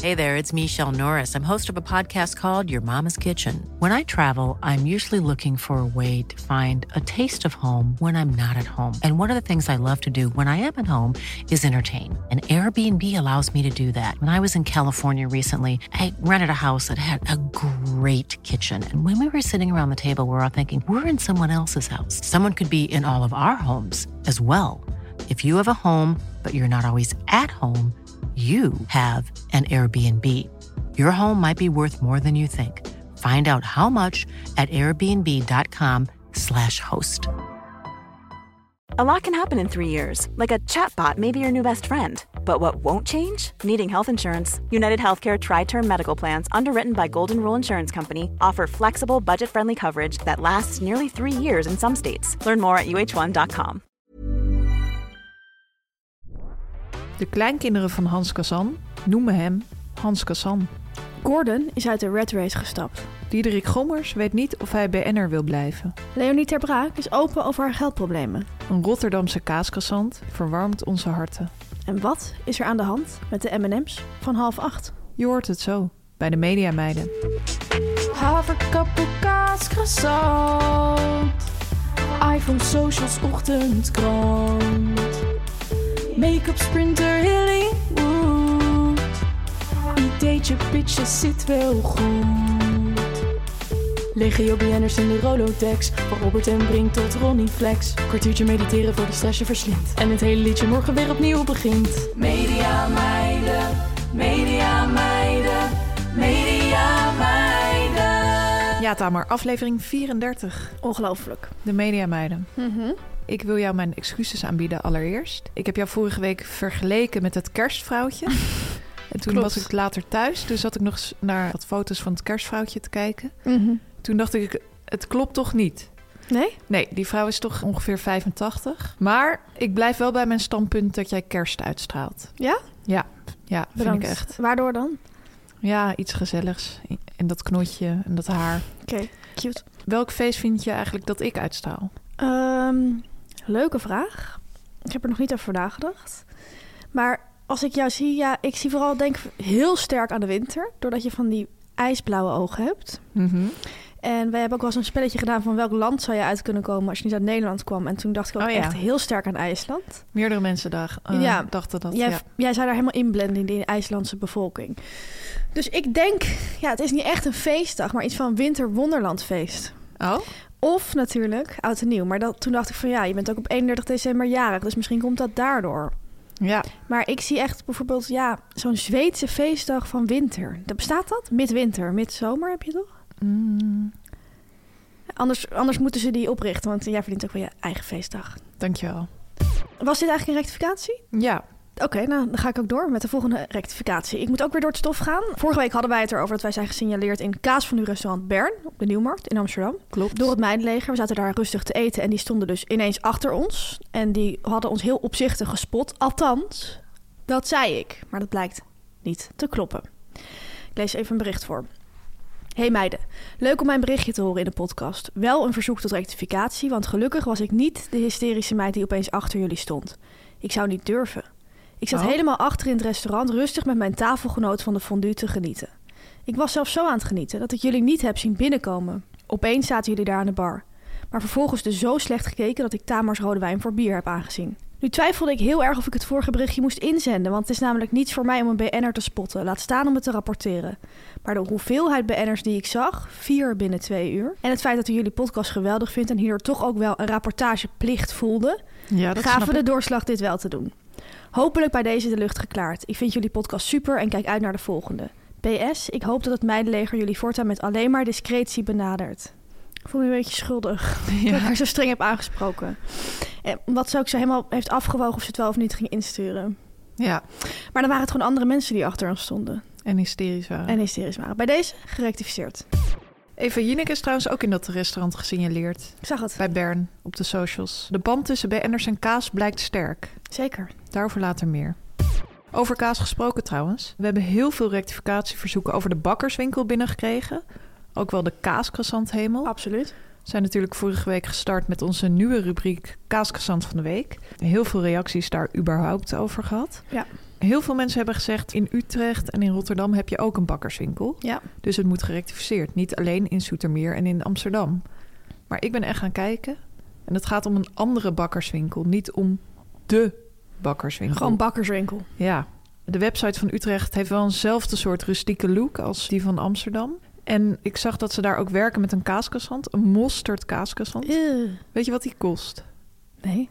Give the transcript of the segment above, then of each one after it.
Hey there, it's Michelle Norris. I'm host of a podcast called Your Mama's Kitchen. When I travel, I'm usually looking for a way to find a taste of home when I'm not at home. And one of the things I love to do when I am at home is entertain. And Airbnb allows me to do that. When I was in California recently, I rented a house that had a great kitchen. And when we were sitting around the table, we were all thinking, we're in someone else's house. Someone could be in all of our homes as well. If you have a home, but you're not always at home, you have an Airbnb. Your home might be worth more than you think. Find out how much at airbnb.com/host. A lot can happen in 3 years, like a chatbot may be your new best friend. But what won't change? Needing health insurance. United Healthcare Tri-Term Medical Plans, underwritten by Golden Rule Insurance Company, offer flexible, budget-friendly coverage that lasts nearly 3 years in some states. Learn more at uh1.com. De kleinkinderen van Hans Kazan noemen hem Hans Kazan. Gordon is uit de Red Race gestapt. Diederik Gommers weet niet of hij BN'er wil blijven. Leonie Ter Braak is open over haar geldproblemen. Een Rotterdamse kaaskassant verwarmt onze harten. En wat is er aan de hand met de M&M's van 7:30? Je hoort het zo bij de Mediameiden. Haverkappel, kaas, croissant. iPhone, socials, ochtendkrant. Make-up, sprinter, Hollywood. Ideetje, pitjes, zit wel goed. Legio BN'ers in de Rolodex. Van Robert en Brink tot Ronnie Flex. Kwartiertje mediteren voor de stress je verslindt. En het hele liedje morgen weer opnieuw begint. Media meiden, media meiden, media meiden. Ja, Tamer, aflevering 34. Ongelooflijk. De Mediameiden. Mm-hmm. Ik wil jou mijn excuses aanbieden allereerst. Ik heb jou vorige week vergeleken met het kerstvrouwtje. En toen was ik later thuis. Dus zat ik nog naar wat foto's van het kerstvrouwtje te kijken. Mm-hmm. Toen dacht ik, het klopt toch niet? Nee? Nee, die vrouw is toch ongeveer 85. Maar ik blijf wel bij mijn standpunt dat jij kerst uitstraalt. Ja? Ja, Bedankt. vind ik echt. Waardoor dan? Ja, iets gezelligs. En dat knotje en dat haar. Oké, cute. Welk feest vind je eigenlijk dat ik uitstraal? Leuke vraag. Ik heb er nog niet over nagedacht. Maar als ik jou zie, ja, ik zie vooral denk heel sterk aan de winter. Doordat je van die ijsblauwe ogen hebt. Mm-hmm. En wij hebben ook wel eens een spelletje gedaan van welk land zou je uit kunnen komen als je niet uit Nederland kwam. En toen dacht ik ook echt heel sterk aan IJsland. Meerdere mensen dachten dat. Jij zou daar helemaal inblenden in die IJslandse bevolking. Dus ik denk, ja, het is niet echt een feestdag, maar iets van winterwonderlandfeest. Oh? Of natuurlijk oud en nieuw. Maar toen dacht ik van ja, je bent ook op 31 december jarig. Dus misschien komt dat daardoor. Ja. Maar ik zie echt bijvoorbeeld zo'n Zweedse feestdag van winter. Bestaat dat? Midwinter, midzomer heb je toch? Mm. Anders moeten ze die oprichten, want jij verdient ook wel je eigen feestdag. Dankjewel. Was dit eigenlijk een rectificatie? Ja. Oké, nou dan ga ik ook door met de volgende rectificatie. Ik moet ook weer door het stof gaan. Vorige week hadden wij het erover dat wij zijn gesignaleerd in kaas van uw restaurant Bern op de Nieuwmarkt in Amsterdam. Klopt. Door het Meidenleger. We zaten daar rustig te eten en die stonden dus ineens achter ons. En die hadden ons heel opzichtig gespot. Althans, dat zei ik. Maar dat blijkt niet te kloppen. Ik lees even een bericht voor. Hey meiden, leuk om mijn berichtje te horen in de podcast. Wel een verzoek tot rectificatie, want gelukkig was ik niet de hysterische meid die opeens achter jullie stond. Ik zou niet durven. Ik zat helemaal achter in het restaurant rustig met mijn tafelgenoot van de fondue te genieten. Ik was zelfs zo aan het genieten dat ik jullie niet heb zien binnenkomen. Opeens zaten jullie daar aan de bar. Maar vervolgens dus zo slecht gekeken dat ik Tamars rode wijn voor bier heb aangezien. Nu twijfelde ik heel erg of ik het vorige berichtje moest inzenden, want het is namelijk niets voor mij om een BN'er te spotten, laat staan om het te rapporteren. Maar de hoeveelheid BN'ers die ik zag, 4 binnen 2 uur, en het feit dat u jullie podcast geweldig vindt en hierdoor toch ook wel een rapportageplicht voelde, gaven de doorslag dit wel te doen. Hopelijk bij deze de lucht geklaard. Ik vind jullie podcast super en kijk uit naar de volgende. PS, ik hoop dat het Meidenleger jullie voortaan met alleen maar discretie benadert. Ik voel me een beetje schuldig. Ja. Dat ik haar zo streng heb aangesproken. En wat ze ook zo helemaal heeft afgewogen of ze het wel of niet ging insturen. Ja. Maar dan waren het gewoon andere mensen die achter ons stonden. En hysterisch waren. Bij deze gerectificeerd. Eva Jinek is trouwens ook in dat restaurant gesignaleerd. Ik zag het. Bij Bern, op de socials. De band tussen BN'ers en kaas blijkt sterk. Zeker. Daarover later meer. Over kaas gesproken trouwens. We hebben heel veel rectificatieverzoeken over de bakkerswinkel binnengekregen. Ook wel de kaaskassanthemel. Absoluut. We zijn natuurlijk vorige week gestart met onze nieuwe rubriek Kaaskassant van de Week. Heel veel reacties daar überhaupt over gehad. Ja. heel veel mensen hebben gezegd... in Utrecht en in Rotterdam heb je ook een bakkerswinkel. Ja. Dus het moet gerectificeerd. Niet alleen in Zoetermeer en in Amsterdam. Maar ik ben echt gaan kijken. En het gaat om een andere bakkerswinkel. Niet om de bakkerswinkel. Gewoon bakkerswinkel. Ja. De website van Utrecht heeft wel eenzelfde soort rustieke look als die van Amsterdam. En ik zag dat ze daar ook werken met een kaascroissant. Een mosterd kaascroissant. Weet je wat die kost? Nee.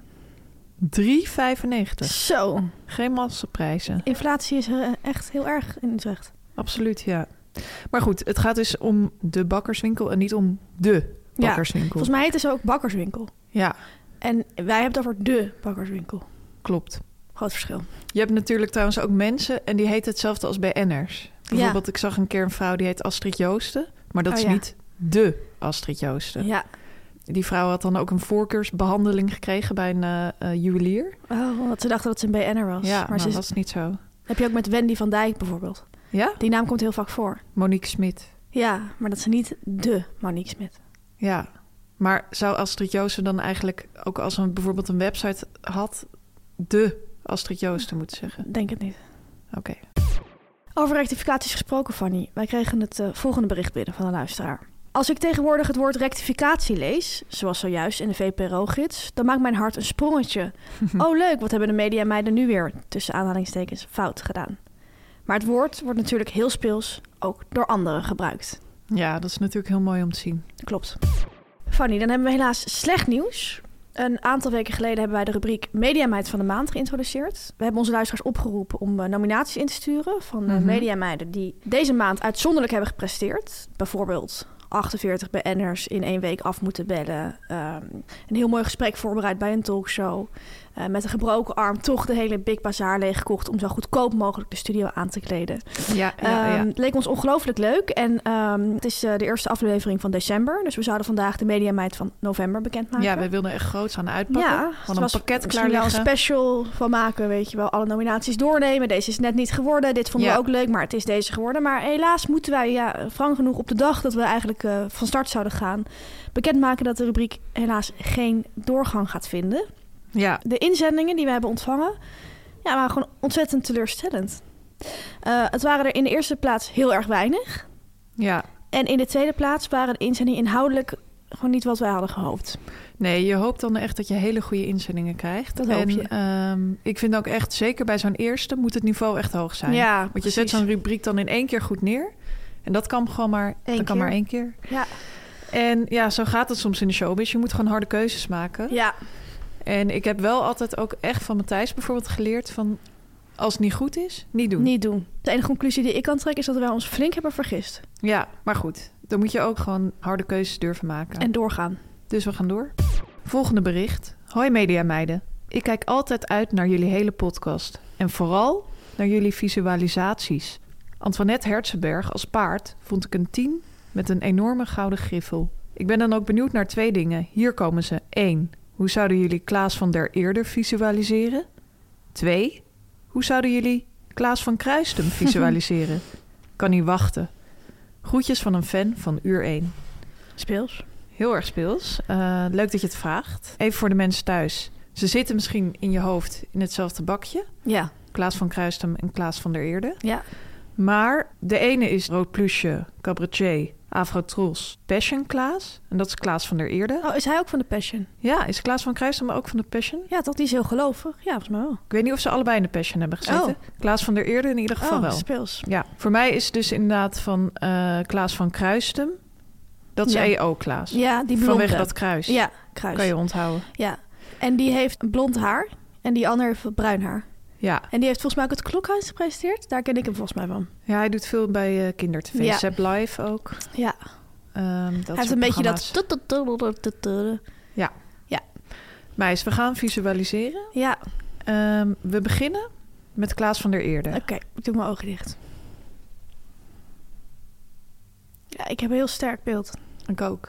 €3,95. Zo. Geen massaprijzen. Inflatie is echt heel erg in Utrecht. Absoluut, ja. Maar goed, het gaat dus om de bakkerswinkel en niet om de bakkerswinkel. Volgens mij heet ze ook bakkerswinkel. Ja. En wij hebben het over de bakkerswinkel. Klopt. Groot verschil. Je hebt natuurlijk trouwens ook mensen en die heten hetzelfde als BN'ers. Bijvoorbeeld, ik zag een keer een vrouw die heet Astrid Joosten. Maar dat is niet de Astrid Joosten. Ja. Die vrouw had dan ook een voorkeursbehandeling gekregen bij een juwelier. Oh, omdat ze dachten dat ze een BN'er was. Ja, maar dat is niet zo. Heb je ook met Wendy van Dijk bijvoorbeeld. Ja? Die naam komt heel vaak voor. Monique Smit. Ja, maar dat is niet de Monique Smit. Ja, maar zou Astrid Joosten dan eigenlijk... ook als een bijvoorbeeld een website had... de Astrid Joosten moeten zeggen? Denk het niet. Oké. Over rectificaties gesproken, Fanny. Wij kregen het volgende bericht binnen van een luisteraar. Als ik tegenwoordig het woord rectificatie lees, zoals zojuist in de VPRO-gids, dan maakt mijn hart een sprongetje. Oh leuk, wat hebben de mediameiden nu weer, tussen aanhalingstekens, fout gedaan. Maar het woord wordt natuurlijk heel speels ook door anderen gebruikt. Ja, dat is natuurlijk heel mooi om te zien. Klopt. Fanny, dan hebben we helaas slecht nieuws. Een aantal weken geleden hebben wij de rubriek Mediameid van de Maand geïntroduceerd. We hebben onze luisteraars opgeroepen om nominaties in te sturen van mediameiden die deze maand uitzonderlijk hebben gepresteerd. Bijvoorbeeld 48 BN'ers in 1 week af moeten bellen. Een heel mooi gesprek voorbereid bij een talkshow. Met een gebroken arm toch de hele Big Bazaar leeggekocht om zo goedkoop mogelijk de studio aan te kleden. Ja. Het leek ons ongelooflijk leuk. En het is de eerste aflevering van december. Dus we zouden vandaag de mediameid van november bekendmaken. Ja, we wilden echt groots aan uitpakken. Ja, van een pakket klaar liggen. Een special van maken, weet je wel. Alle nominaties doornemen. Deze is net niet geworden. Dit vonden we ook leuk, maar het is deze geworden. Maar helaas moeten wij, wrang genoeg op de dag dat we eigenlijk van start zouden gaan, bekendmaken dat de rubriek helaas geen doorgang gaat vinden. Ja. De inzendingen die we hebben ontvangen, waren gewoon ontzettend teleurstellend. Het waren er in de eerste plaats heel erg weinig. Ja. En in de tweede plaats waren de inzendingen inhoudelijk gewoon niet wat wij hadden gehoopt. Nee, je hoopt dan echt dat je hele goede inzendingen krijgt. Dat hoop je. Ik vind ook echt, zeker bij zo'n eerste, moet het niveau echt hoog zijn. Ja, want precies. je zet zo'n rubriek dan in 1 keer goed neer. En dat kan gewoon maar één keer. Ja. En ja, zo gaat het soms in de showbiz. Je moet gewoon harde keuzes maken. Ja. En ik heb wel altijd ook echt van Matthijs bijvoorbeeld geleerd van, als het niet goed is, niet doen. Niet doen. De enige conclusie die ik kan trekken is dat wij ons flink hebben vergist. Ja, maar goed. Dan moet je ook gewoon harde keuzes durven maken. En doorgaan. Dus we gaan door. Volgende bericht. Hoi mediameiden. Ik kijk altijd uit naar jullie hele podcast. En vooral naar jullie visualisaties. Antoinette Herzenberg als paard vond ik een 10 met een enorme gouden griffel. Ik ben dan ook benieuwd naar 2 dingen. Hier komen ze. 1. Hoe zouden jullie Klaas van der Eerde visualiseren? 2. Hoe zouden jullie Klaas van Kruistum visualiseren? Kan niet wachten. Groetjes van een fan van uur 1. Speels. Heel erg speels. Leuk dat je het vraagt. Even voor de mensen thuis. Ze zitten misschien in je hoofd in hetzelfde bakje. Ja. Klaas van Kruistum en Klaas van der Eerde. Ja. Maar de ene is Rood Plusje, Cabaretier, Afro-Tros, Passion Klaas. En dat is Klaas van der Eerde. Oh, is hij ook van de Passion? Ja, is Klaas van Kruistum ook van de Passion? Ja, toch? Die is heel gelovig. Ja, volgens mij wel. Ik weet niet of ze allebei in de Passion hebben gezeten. Oh. Klaas van der Eerde in ieder geval wel. Speels. Ja, voor mij is dus inderdaad van Klaas van Kruistum. Dat is EO Klaas. Ja, die blonde. Vanwege dat kruis. Ja, kruis. Kan je onthouden. Ja. En die heeft blond haar. En die andere heeft bruin haar. Ja. En die heeft volgens mij ook het Klokhuis gepresenteerd. Daar ken ik hem volgens mij van. Ja, hij doet veel bij Kindertv. Ja. Zep Live ook. Ja. Hij heeft een beetje dat... Ja. Ja. Meis, we gaan visualiseren. Ja. We beginnen met Klaas van der Eerde. Oké, ik doe mijn ogen dicht. Ja, ik heb een heel sterk beeld. Ik ook.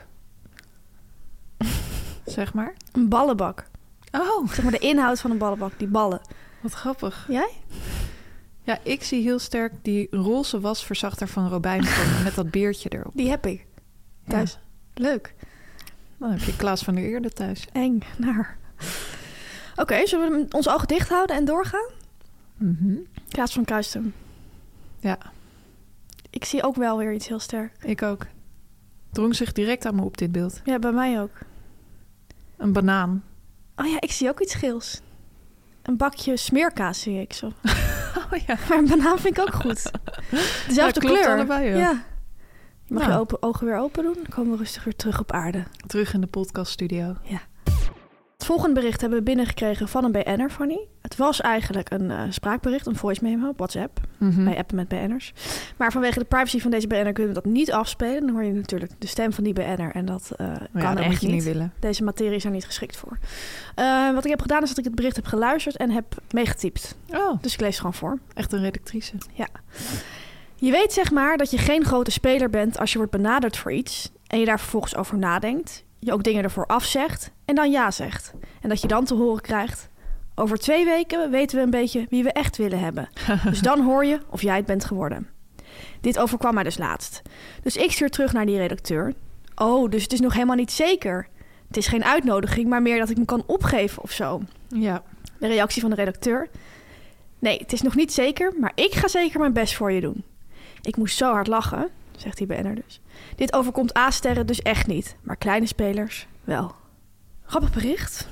Zeg maar. Een ballenbak. Oh. Zeg maar de inhoud van een ballenbak, die ballen. Wat grappig. Jij? Ja, ik zie heel sterk die roze wasverzachter van Robijn met dat beertje erop. Die heb ik. Thuis. Ja. Leuk. Dan heb je Klaas van der Eerde thuis. Eng, naar. Oké, zullen we onze ogen dicht houden en doorgaan? Klaas van Kruisten. Ja, Ik zie ook wel weer iets heel sterk. ik ook. Drong zich direct aan me op dit beeld. Ja, bij mij ook. Een banaan. Oh ja, ik zie ook iets geels. Een bakje smeerkaas zie ik zo. Oh ja. Maar een banaan vind ik ook goed. Dezelfde klopt kleur. allebei, ja. Je mag Nou. je ogen weer open doen. Dan komen we rustig weer terug op aarde. Terug in de podcaststudio. Het volgende bericht hebben we binnengekregen van een BN'er, Fanny. Het was eigenlijk een spraakbericht, een voice memo op WhatsApp. Bij appen met BN'ers. Maar vanwege de privacy van deze BN'er kunnen we dat niet afspelen. Dan hoor je natuurlijk de stem van die BN'er. En dat kan dat echt moet je niet willen. Deze materie is er niet geschikt voor. Wat ik heb gedaan is dat ik het bericht heb geluisterd en heb meegetypt. Oh, Dus ik lees het gewoon voor. echt een redactrice. Ja. Je weet zeg maar dat je geen grote speler bent als je wordt benaderd voor iets. En je daar vervolgens over nadenkt. Je ook dingen ervoor afzegt en dan ja zegt. En dat je dan te horen krijgt: over 2 weken weten we een beetje wie we echt willen hebben. Dus dan hoor je of jij het bent geworden. Dit overkwam mij dus laatst. Dus ik stuur terug naar die redacteur. Oh, dus het is nog helemaal niet zeker. Het is geen uitnodiging, maar meer dat ik me kan opgeven of zo. Ja. De reactie van de redacteur: nee, het is nog niet zeker, maar ik ga zeker mijn best voor je doen. Ik moest zo hard lachen, zegt die BN'er dus. Dit overkomt A-sterren dus echt niet, maar kleine spelers wel. Grappig bericht.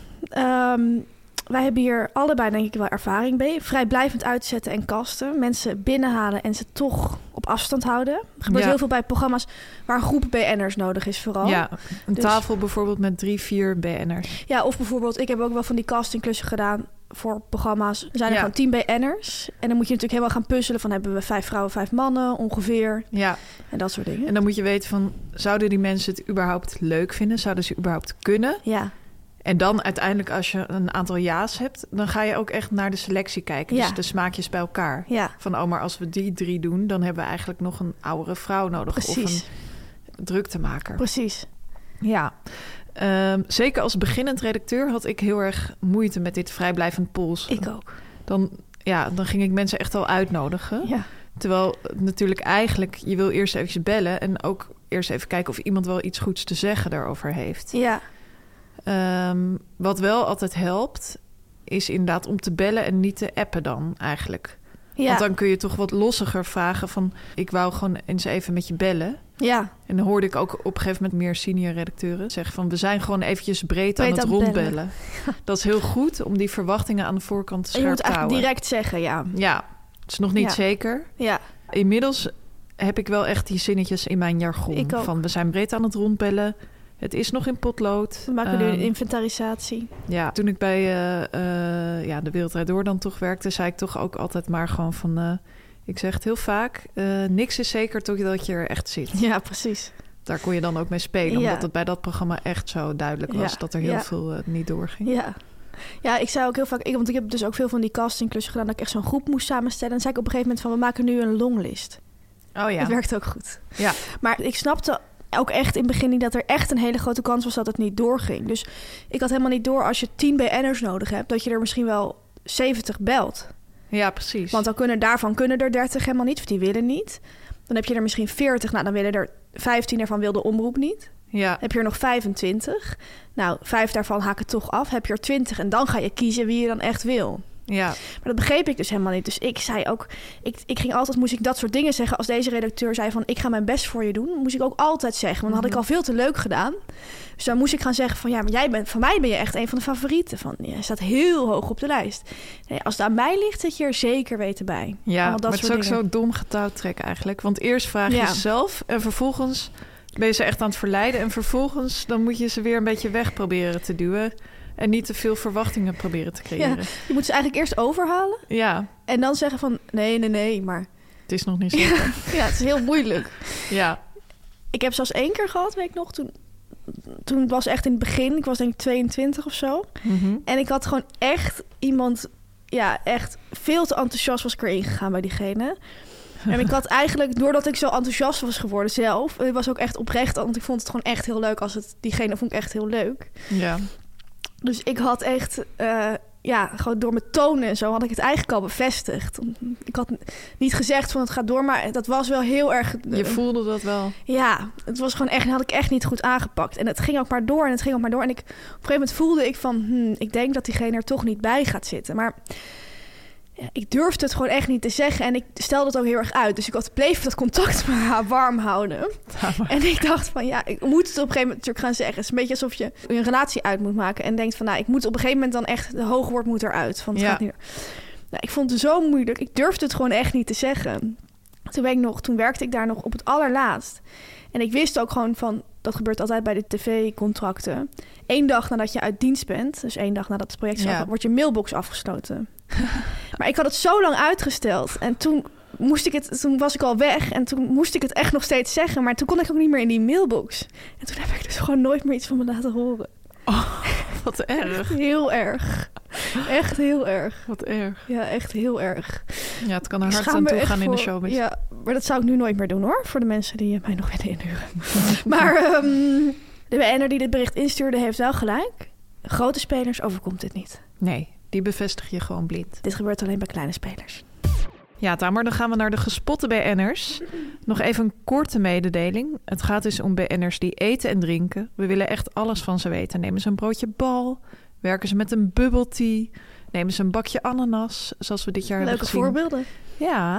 Wij hebben hier allebei denk ik wel ervaring bij. Vrijblijvend uitzetten en kasten. Mensen binnenhalen en ze toch op afstand houden. Er gebeurt heel veel bij programma's waar een groep BN'ers nodig is vooral. Ja, een Dus- tafel bijvoorbeeld met 3-4 BN'ers. Ja, of bijvoorbeeld, ik heb ook wel van die castingklussen gedaan voor programma's. Er zijn er gewoon 10 BN'ers. En dan moet je natuurlijk helemaal gaan puzzelen van hebben we 5 vrouwen, 5 mannen ongeveer. Ja, En dat soort dingen. en dan moet je weten van, zouden die mensen het überhaupt leuk vinden? Zouden ze überhaupt kunnen? Ja, En dan uiteindelijk als je een aantal ja's hebt, dan ga je ook echt naar de selectie kijken. Ja. Dus de smaakjes bij elkaar. ja, Van, oh, maar als we die 3 doen, dan hebben we eigenlijk nog een oudere vrouw nodig. precies. Of een druktemaker. Precies. Ja. Zeker als beginnend redacteur had ik heel erg moeite met dit vrijblijvend polsen. Ik ook. Dan ging ik mensen echt al uitnodigen. Ja, Terwijl natuurlijk eigenlijk, je wil eerst even bellen en ook eerst even kijken of iemand wel iets goeds te zeggen daarover heeft. ja, Wat wel altijd helpt, is inderdaad om te bellen en niet te appen dan eigenlijk. ja. Want dan kun je toch wat lossiger vragen van, ik wou gewoon eens even met je bellen. ja. En dan hoorde ik ook op een gegeven moment meer senior redacteuren zeggen van, we zijn gewoon eventjes breed aan het aan het rondbellen. Dat is heel goed om die verwachtingen aan de voorkant En je scherp moet te eigenlijk houden. direct zeggen, ja. Ja, het is nog niet Ja. zeker. Ja, Inmiddels heb ik wel echt die zinnetjes in mijn jargon. Ik ook. Van, we zijn breed aan het rondbellen. Het is nog in potlood. we maken nu een inventarisatie. Ja, toen ik bij De Wereld Draait Door dan toch werkte, zei ik toch ook altijd maar gewoon van, ik zeg het heel vaak, niks is zeker totdat je er echt zit. Ja, precies. Daar kon je dan ook mee spelen, Ja. omdat het bij dat programma echt zo duidelijk was Ja. dat er heel Ja. veel niet doorging. Ja. Ja, ik zei ook heel vaak, want ik heb dus ook veel van die castingklussen gedaan, dat ik echt zo'n groep moest samenstellen. En zei ik op een gegeven moment van, we maken nu een longlist. Oh ja. Dat werkt ook goed. Ja. Maar ik snapte ook echt in het begin niet dat er echt een hele grote kans was dat het niet doorging. Dus ik had helemaal niet door, als je 10 BN'ers nodig hebt, dat je er misschien wel 70 belt. Ja, precies. Want dan kunnen er 30 helemaal niet, of die willen niet. Dan heb je er misschien 40, nou dan willen er 15 ervan wil de omroep niet. ja. Heb je er nog 25, nou 5 daarvan haken toch af. Heb je er 20 en dan ga je kiezen wie je dan echt wil. Ja. Maar dat begreep ik dus helemaal niet. Dus ik zei ook, moest ik dat soort dingen zeggen. Als deze redacteur zei van, ik ga mijn best voor je doen, moest ik ook altijd zeggen. Want dan had ik al veel te leuk gedaan. Dus dan moest ik gaan zeggen van, ja, maar van mij ben je echt een van de favorieten. Van, je staat heel hoog op de lijst. Nee, als het aan mij ligt, zit je er zeker weten bij. Ja, Allemaal dat maar het is soort ook dingen. zo dom getouwtrek eigenlijk. Want eerst vraag je Ja. ze zelf en vervolgens ben je ze echt aan het verleiden. En vervolgens dan moet je ze weer een beetje weg proberen te duwen. En niet te veel verwachtingen proberen te creëren. Je moet ze eigenlijk eerst overhalen Ja, en dan zeggen van, nee, maar... het is nog niet zeker. Ja, het is heel moeilijk. Ja, Ik heb zelfs 1 keer gehad, weet ik nog, toen was echt in het begin, ik was denk ik 22 of zo. Mhm. En ik had gewoon echt iemand, ja, echt veel te enthousiast was ik erin gegaan bij diegene. En ik had eigenlijk, doordat ik zo enthousiast was geworden zelf, het was ook echt oprecht, want ik vond het gewoon echt heel leuk diegene vond ik echt heel leuk. Ja. Dus ik had echt, gewoon door mijn tonen en zo had ik het eigenlijk al bevestigd. Ik had niet gezegd van het gaat door, maar dat was wel heel erg... Je voelde dat wel. Ja, het was gewoon echt, had ik echt niet goed aangepakt. En het ging ook maar door en het ging ook maar door. En op een gegeven moment voelde ik van, ik denk dat diegene er toch niet bij gaat zitten. Maar Ja, ik durfde het gewoon echt niet te zeggen. En ik stelde het ook heel erg uit. Dus ik bleef dat contact met haar warm houden. En ik dacht van, ik moet het op een gegeven moment natuurlijk gaan zeggen. Het is een beetje alsof je een relatie uit moet maken. En denkt van, ik moet op een gegeven moment dan echt... de hoogwoord moet eruit. Van, het gaat niet. Ik vond het zo moeilijk. Ik durfde het gewoon echt niet te zeggen. Toen werkte ik daar nog op het allerlaatst. En ik wist ook gewoon van... dat gebeurt altijd bij de tv-contracten. 1 dag nadat je uit dienst bent... dus 1 dag nadat het project staat... wordt je mailbox afgesloten. Maar ik had het zo lang uitgesteld. En toen was ik al weg. En toen moest ik het echt nog steeds zeggen. Maar toen kon ik ook niet meer in die mailbox. En toen heb ik dus gewoon nooit meer iets van me laten horen. Oh, wat erg. Echt heel erg. Echt heel erg. Wat erg. Ja, echt heel erg. Ja, het kan er hard aan toe gaan in de showbiz. Ja, maar dat zou ik nu nooit meer doen hoor. Voor de mensen die mij nog willen inhuren. Maar de BN'er die dit bericht instuurde heeft wel gelijk. Grote spelers overkomt dit niet. Nee, die bevestig je gewoon blind. Dit gebeurt alleen bij kleine spelers. Ja, Tamer, dan gaan we naar de gespotte BN'ers. Nog even een korte mededeling. Het gaat dus om BN'ers die eten en drinken. We willen echt alles van ze weten. Nemen ze een broodje bal? Werken ze met een bubble tea? Nemen ze een bakje ananas, zoals we dit jaar hebben gezien? Leuke voorbeelden. Ja.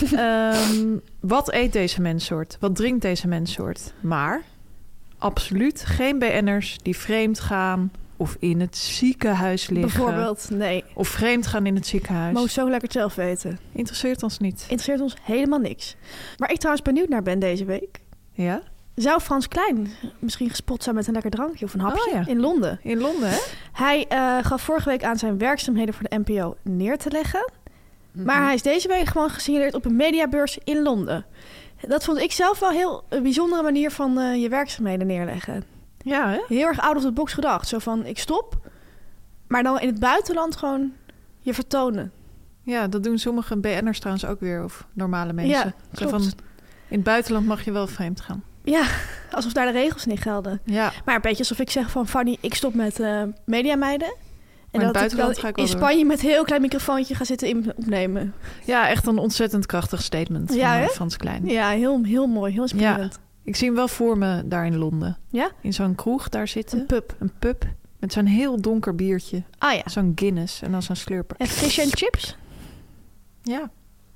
Wat eet deze menssoort? Wat drinkt deze menssoort? Maar absoluut geen BN'ers die vreemd gaan... of in het ziekenhuis liggen. Bijvoorbeeld, nee. Of vreemd gaan in het ziekenhuis. Moet zo lekker zelf weten. Interesseert ons niet. Interesseert ons helemaal niks. Waar ik trouwens benieuwd naar ben deze week... Ja? Zou Frans Klein misschien gespot zijn met een lekker drankje of een hapje in Londen? In Londen, hè? Hij gaf vorige week aan zijn werkzaamheden voor de NPO neer te leggen. Maar hij is deze week gewoon gesignaleerd op een mediabeurs in Londen. Dat vond ik zelf wel heel een bijzondere manier van je werkzaamheden neerleggen. Ja, hè? Heel erg out of the box gedacht. Zo van, ik stop, maar dan in het buitenland gewoon je vertonen. Ja, dat doen sommige BN'ers trouwens ook weer, of normale mensen. Ja, zo van, in het buitenland mag je wel vreemd gaan. Ja, alsof daar de regels niet gelden. Ja. Maar een beetje alsof ik zeg van... Fanny, ik stop met mediameiden. En dat ik dan in Spanje met een heel klein microfoontje ga zitten opnemen. Ja, echt een ontzettend krachtig statement van Frans Klein. Ja, heel, heel mooi, heel inspirerend. Ja, ik zie hem wel voor me daar in Londen. Ja? In zo'n kroeg daar zitten. Een pub. Met zo'n heel donker biertje. Ah ja. Zo'n Guinness en dan zo'n slurper. En fish and chips? Ja.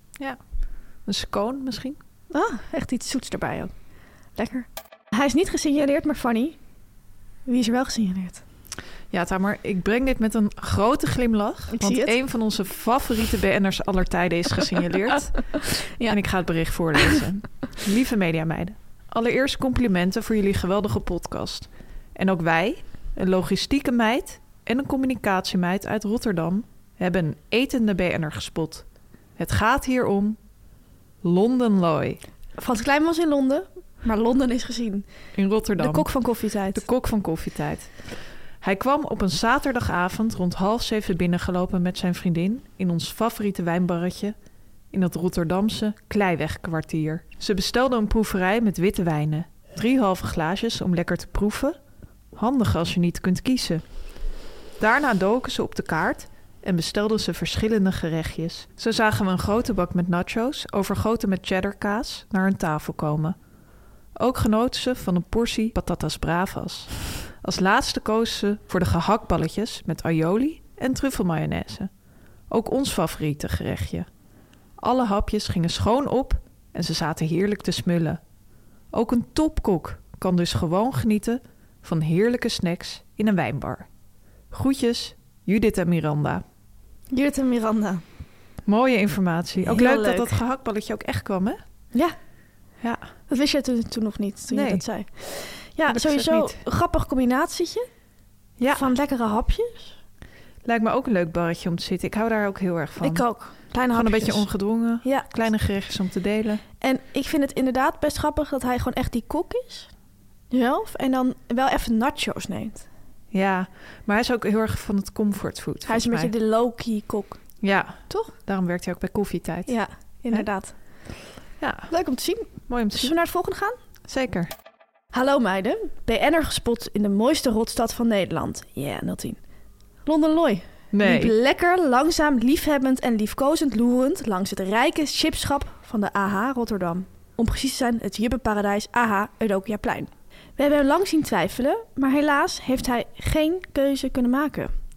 Een scone misschien. Ah, echt iets zoets erbij ook. Lekker. Hij is niet gesignaleerd, maar Fanny, wie is er wel gesignaleerd? Ja, Tamer, ik breng dit met een grote glimlach. Want een van onze favoriete BN'ers aller tijden is gesignaleerd. Ja. En ik ga het bericht voorlezen. Lieve mediameiden, allereerst complimenten voor jullie geweldige podcast. En ook wij, een logistieke meid en een communicatiemeid uit Rotterdam... hebben een etende BN'er gespot. Het gaat hier om London Loy. Frans Klein was in Londen, maar Londen is gezien. In Rotterdam. De kok van Koffietijd. De kok van Koffietijd. Hij kwam op een zaterdagavond rond 6:30 binnengelopen met zijn vriendin... in ons favoriete wijnbarretje in het Rotterdamse Kleiwegkwartier. Ze bestelden een proeverij met witte wijnen. 3 halve glaasjes om lekker te proeven. Handig als je niet kunt kiezen. Daarna doken ze op de kaart... en bestelden ze verschillende gerechtjes. Zo zagen we een grote bak met nachos... overgoten met cheddarkaas, naar hun tafel komen. Ook genoten ze van een portie patatas bravas. Als laatste kozen ze voor de gehaktballetjes... met aioli en truffelmayonaise. Ook ons favoriete gerechtje. Alle hapjes gingen schoon op... en ze zaten heerlijk te smullen. Ook een topkok kan dus gewoon genieten... van heerlijke snacks in een wijnbar. Groetjes, Judith en Miranda. Judith en Miranda. Mooie informatie. Ook leuk dat dat gehaktballetje ook echt kwam, hè? Ja. Ja. Dat wist je toen nog niet, toen je dat zei. Ja, dat sowieso een grappig combinatietje. Ja. Van lekkere hapjes. Lijkt me ook een leuk barretje om te zitten. Ik hou daar ook heel erg van. Ik ook. Kleine gewoon hapjes. Een beetje ongedwongen. Ja. Kleine gerechtjes om te delen. En ik vind het inderdaad best grappig dat hij gewoon echt die kok is. Zelf. En dan wel even nachos neemt. Ja, maar hij is ook heel erg van het comfortfood. Hij is een beetje de low-key kok. Ja. Toch? Daarom werkt hij ook bij Koffietijd. Ja, inderdaad. Ja. Leuk om te zien. Mooi om te zien. Zullen we naar het volgende gaan? Zeker. Hallo meiden. BN'er gespot in de mooiste rotstad van Nederland. Ja, 010. London Loy. Nee. Liep lekker, langzaam, liefhebbend en liefkozend loerend... langs het rijke chipschap van de AH Rotterdam. Om precies te zijn het jippenparadijs AH Eudokiaplein. We hebben hem lang zien twijfelen, maar helaas heeft hij geen keuze kunnen maken.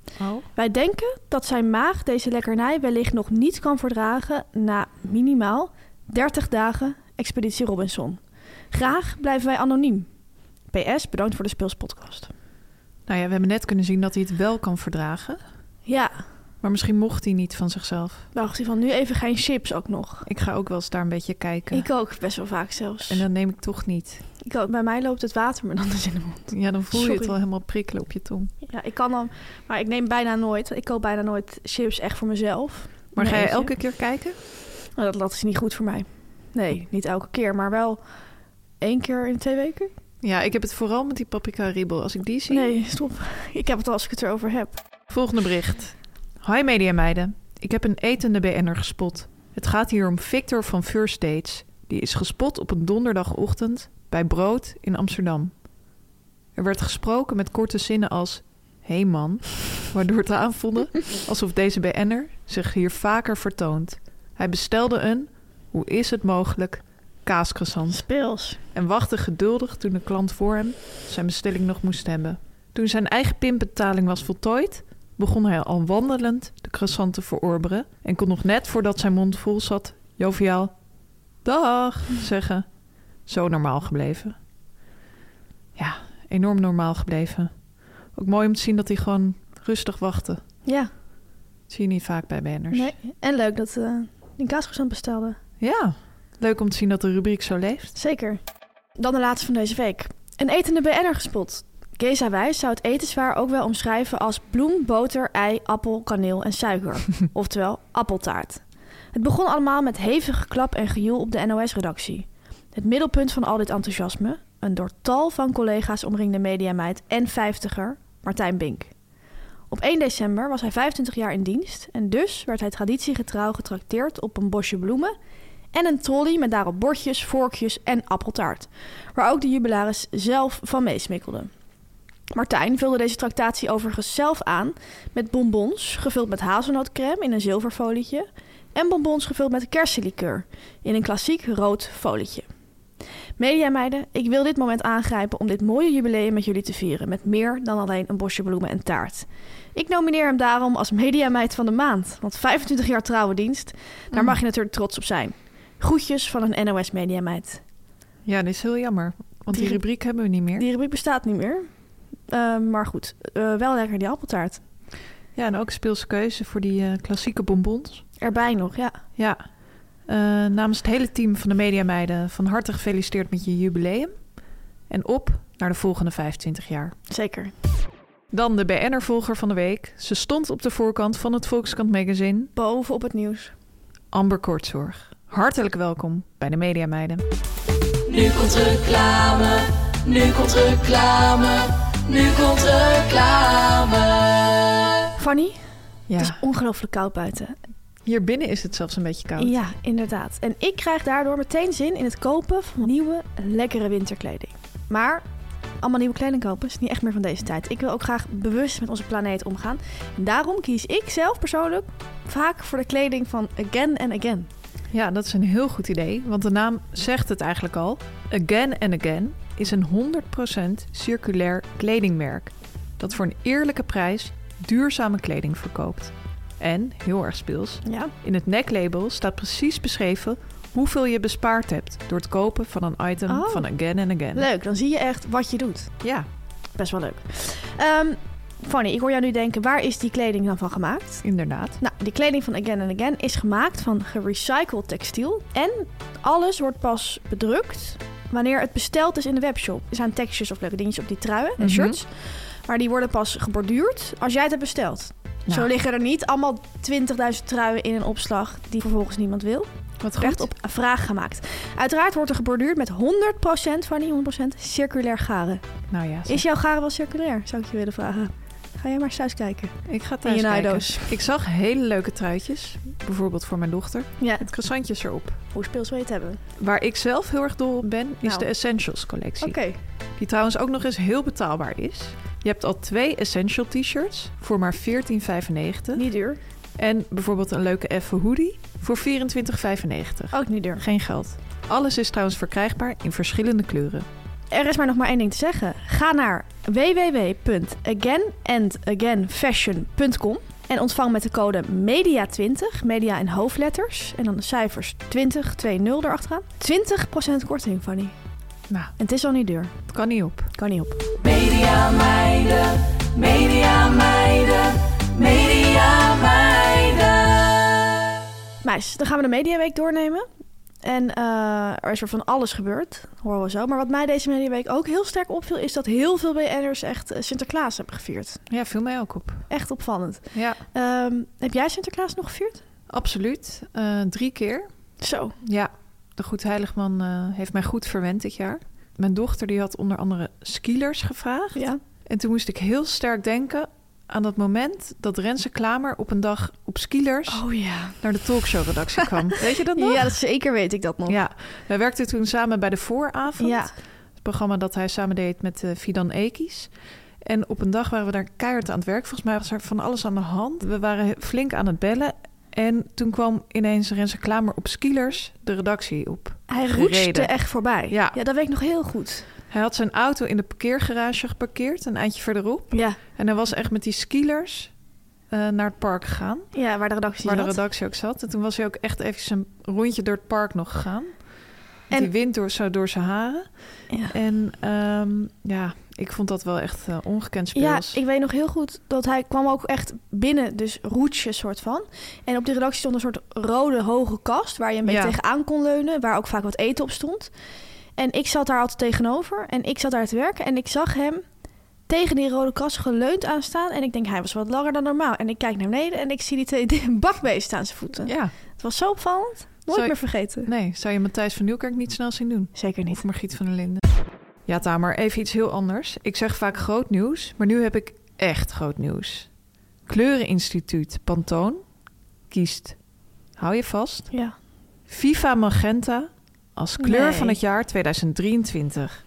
Oh. Wij denken dat zijn maag deze lekkernij wellicht nog niet kan verdragen na minimaal 30 dagen Expeditie Robinson. Graag blijven wij anoniem. PS, bedankt voor de Speelspodcast. Nou ja, we hebben net kunnen zien dat hij het wel kan verdragen. Ja, Maar misschien mocht hij niet van zichzelf. dacht hij van nu even geen chips ook nog. Ik ga ook wel eens daar een beetje kijken. Ik ook, best wel vaak zelfs. En dan neem ik toch niet. Ik ook, bij mij loopt het water me dan dus in de mond. Ja, dan voel je het Sorry. wel helemaal prikkelen op je tong. Ja, ik kan dan, maar ik neem bijna nooit. Ik koop bijna nooit chips echt voor mezelf. Maar In ga je eentje. elke keer kijken? Nou, dat is niet goed voor mij. Nee, niet elke keer, maar wel 1 keer in 2 weken. Ja, ik heb het vooral met die paprika ribbel. Als ik die zie... Nee, stop. Ik heb het al als ik het erover heb. Volgende bericht. Hi mediameiden. Ik heb een etende BN'er gespot. Het gaat hier om Victor van First Dates. Die is gespot op een donderdagochtend bij Brood in Amsterdam. Er werd gesproken met korte zinnen als... Hey man, waardoor het aanvoelde alsof deze BN'er zich hier vaker vertoont. Hij bestelde een, hoe is het mogelijk, kaascroissant. Speels. En wachtte geduldig toen de klant voor hem zijn bestelling nog moest hebben. Toen zijn eigen pinbetaling was voltooid, begon hij al wandelend de croissant te verorberen en kon nog net voordat zijn mond vol zat, joviaal, dag, zeggen. Zo normaal gebleven. Ja, enorm normaal gebleven. Ook mooi om te zien dat hij gewoon rustig wachtte. Ja, Dat zie je niet vaak bij BN'ers. nee. En leuk dat die een kaascroissant bestelde. Ja, leuk om te zien dat de rubriek zo leeft. Zeker. Dan de laatste van deze week. Een etende BN'er gespot. Geza Wijs zou het etenswaar ook wel omschrijven als bloem, boter, ei, appel, kaneel en suiker. Oftewel appeltaart. Het begon allemaal met hevig geklap en gejoel op de NOS-redactie. Het middelpunt van al dit enthousiasme, een door tal van collega's omringde mediameid en 50er, Martijn Bink. Op 1 december was hij 25 jaar in dienst en dus werd hij traditiegetrouw getrakteerd op een bosje bloemen en een trolley met daarop bordjes, vorkjes en appeltaart, waar ook de jubilaris zelf van meesmikkelde. Martijn vulde deze tractatie overigens zelf aan met bonbons gevuld met hazelnootcrème in een zilverfolietje en bonbons gevuld met kersenlikeur in een klassiek rood folietje. Mediameiden, ik wil dit moment aangrijpen om dit mooie jubileum met jullie te vieren met meer dan alleen een bosje bloemen en taart. Ik nomineer hem daarom als mediameid van de maand, want 25 jaar trouwe dienst, daar mag je natuurlijk trots op zijn. Groetjes van een NOS mediameid. Ja, dat is heel jammer, want die Die- rubriek hebben we niet meer. Die rubriek bestaat niet meer, maar goed, wel lekker die appeltaart. Ja, en ook speelse keuze voor die klassieke bonbons. Erbij nog, ja. Ja, namens het hele team van de Mediameiden van harte gefeliciteerd met je jubileum. En op naar de volgende 25 jaar. Zeker. Dan de BN'er-volger van de week. Ze stond op de voorkant van het Volkskrant magazine. Boven op het nieuws. Amber Kortzorg. Hartelijk welkom bij de Mediameiden. Nu komt reclame, nu komt reclame, nu komt reclame. Fanny, Ja, het is ongelooflijk koud buiten. hier binnen is het zelfs een beetje koud. Ja, inderdaad. En ik krijg daardoor meteen zin in het kopen van nieuwe, lekkere winterkleding. Maar allemaal nieuwe kleding kopen is niet echt meer van deze tijd. Ik wil ook graag bewust met onze planeet omgaan. En daarom kies ik zelf persoonlijk vaak voor de kleding van Again and Again. Ja, dat is een heel goed idee, want de naam zegt het eigenlijk al. Again and Again is een 100% circulair kledingmerk dat voor een eerlijke prijs duurzame kleding verkoopt. En, heel erg speels, Ja, in het neklabel staat precies beschreven hoeveel je bespaard hebt door het kopen van een item Oh. van Again and Again. leuk. Dan zie je echt wat je doet. Ja, Best wel leuk. Fanny, ik hoor jou nu denken, waar is die kleding dan van gemaakt? inderdaad. Nou, die kleding van Again and Again is gemaakt van gerecycled textiel. En alles wordt pas bedrukt wanneer het besteld is in de webshop. Er zijn tekstjes of leuke dingetjes op die truien en Mhm. shirts. Maar die worden pas geborduurd als jij het hebt besteld. Nou. Zo liggen er niet allemaal 20.000 truien in een opslag die vervolgens niemand wil. Wat Echt goed. op vraag gemaakt. Uiteraard wordt er geborduurd met 100% van die 100% circulair garen. Nou ja, Is jouw garen wel circulair? Zou ik je willen vragen. Ga jij maar eens thuis kijken. ik ga In thuis je kijken. naaidoos. Ik zag hele leuke truitjes, bijvoorbeeld voor mijn dochter. Ja, Met croissantjes erop. hoe speels wil je het hebben? Waar ik zelf heel erg dol op ben, is Nou. de Essentials collectie. Oké. Die trouwens ook nog eens heel betaalbaar is. Je hebt al 2 Essential t-shirts voor maar $14,95. Niet duur. En bijvoorbeeld een leuke effe hoodie voor $24,95. Ook niet duur. Geen geld. Alles is trouwens verkrijgbaar in verschillende kleuren. Er is maar nog maar één ding te zeggen. Ga naar www.againandagainfashion.com en ontvang met de code MEDIA20, media in hoofdletters, en dan de cijfers 2020 erachteraan. 20% korting, Fanny. Nou, En het is al niet duur. het kan niet op. Kan niet op. Media meiden, media meiden, media meiden. Meis, dan gaan we de Mediaweek doornemen. En er is er van alles gebeurd, horen we zo. Maar wat mij deze Mediaweek ook heel sterk opviel, is dat heel veel BN'ers echt Sinterklaas hebben gevierd. Ja, viel mij ook op. Echt opvallend. Ja, Heb jij Sinterklaas nog gevierd? absoluut. 3 keer. Zo. Ja, de Goedheiligman heeft mij goed verwend dit jaar. Mijn dochter die had onder andere skilers gevraagd. Ja. En toen moest ik heel sterk denken aan dat moment dat Renze Klamer op een dag op skilers Oh ja. naar de talkshow-redactie kwam. Weet je dat nog? Ja, dat zeker weet ik dat nog. Ja, wij werkten toen samen bij de Vooravond. Ja. Het programma dat hij samen deed met Fidan Ekies. En op een dag waren we daar keihard aan het werk. Volgens mij was er van alles aan de hand. We waren flink aan het bellen. En toen kwam ineens Renze Klamer op skilers de redactie op. Hij gereden. roetste echt voorbij. Ja. Ja, dat weet ik nog heel goed. Hij had zijn auto in de parkeergarage geparkeerd, een eindje verderop. Ja, En hij was echt met die skilers naar het park gegaan. ja, waar de redactie Waar de zat. redactie ook zat. En toen was hij ook echt even een rondje door het park nog gegaan. Met En- die wind door zijn haren. Ja. En ja, ik vond dat wel echt ongekend Ja, speels. ik weet nog heel goed dat hij kwam ook echt binnen, dus roetsje soort van. En op die redactie stond een soort rode hoge kast waar je een beetje Ja. tegenaan kon leunen, waar ook vaak wat eten op stond. En ik zat daar altijd tegenover en ik zat daar te werken en ik zag hem tegen die rode kast geleund aan staan. En ik denk, hij was wat langer dan normaal. En ik kijk naar beneden en ik zie die bakbeest aan zijn voeten. Ja, Het was zo opvallend. Nooit Zou je- meer vergeten. nee, zou je Matthijs van Nieuwkerk niet snel zien doen? Zeker niet. Of Margriet van der Linden. Ja, Tamer, even iets heel anders. Ik zeg vaak groot nieuws, maar nu heb ik echt groot nieuws. Kleureninstituut Pantone kiest, hou je vast, Ja. Viva Magenta als kleur Nee. van het jaar 2023.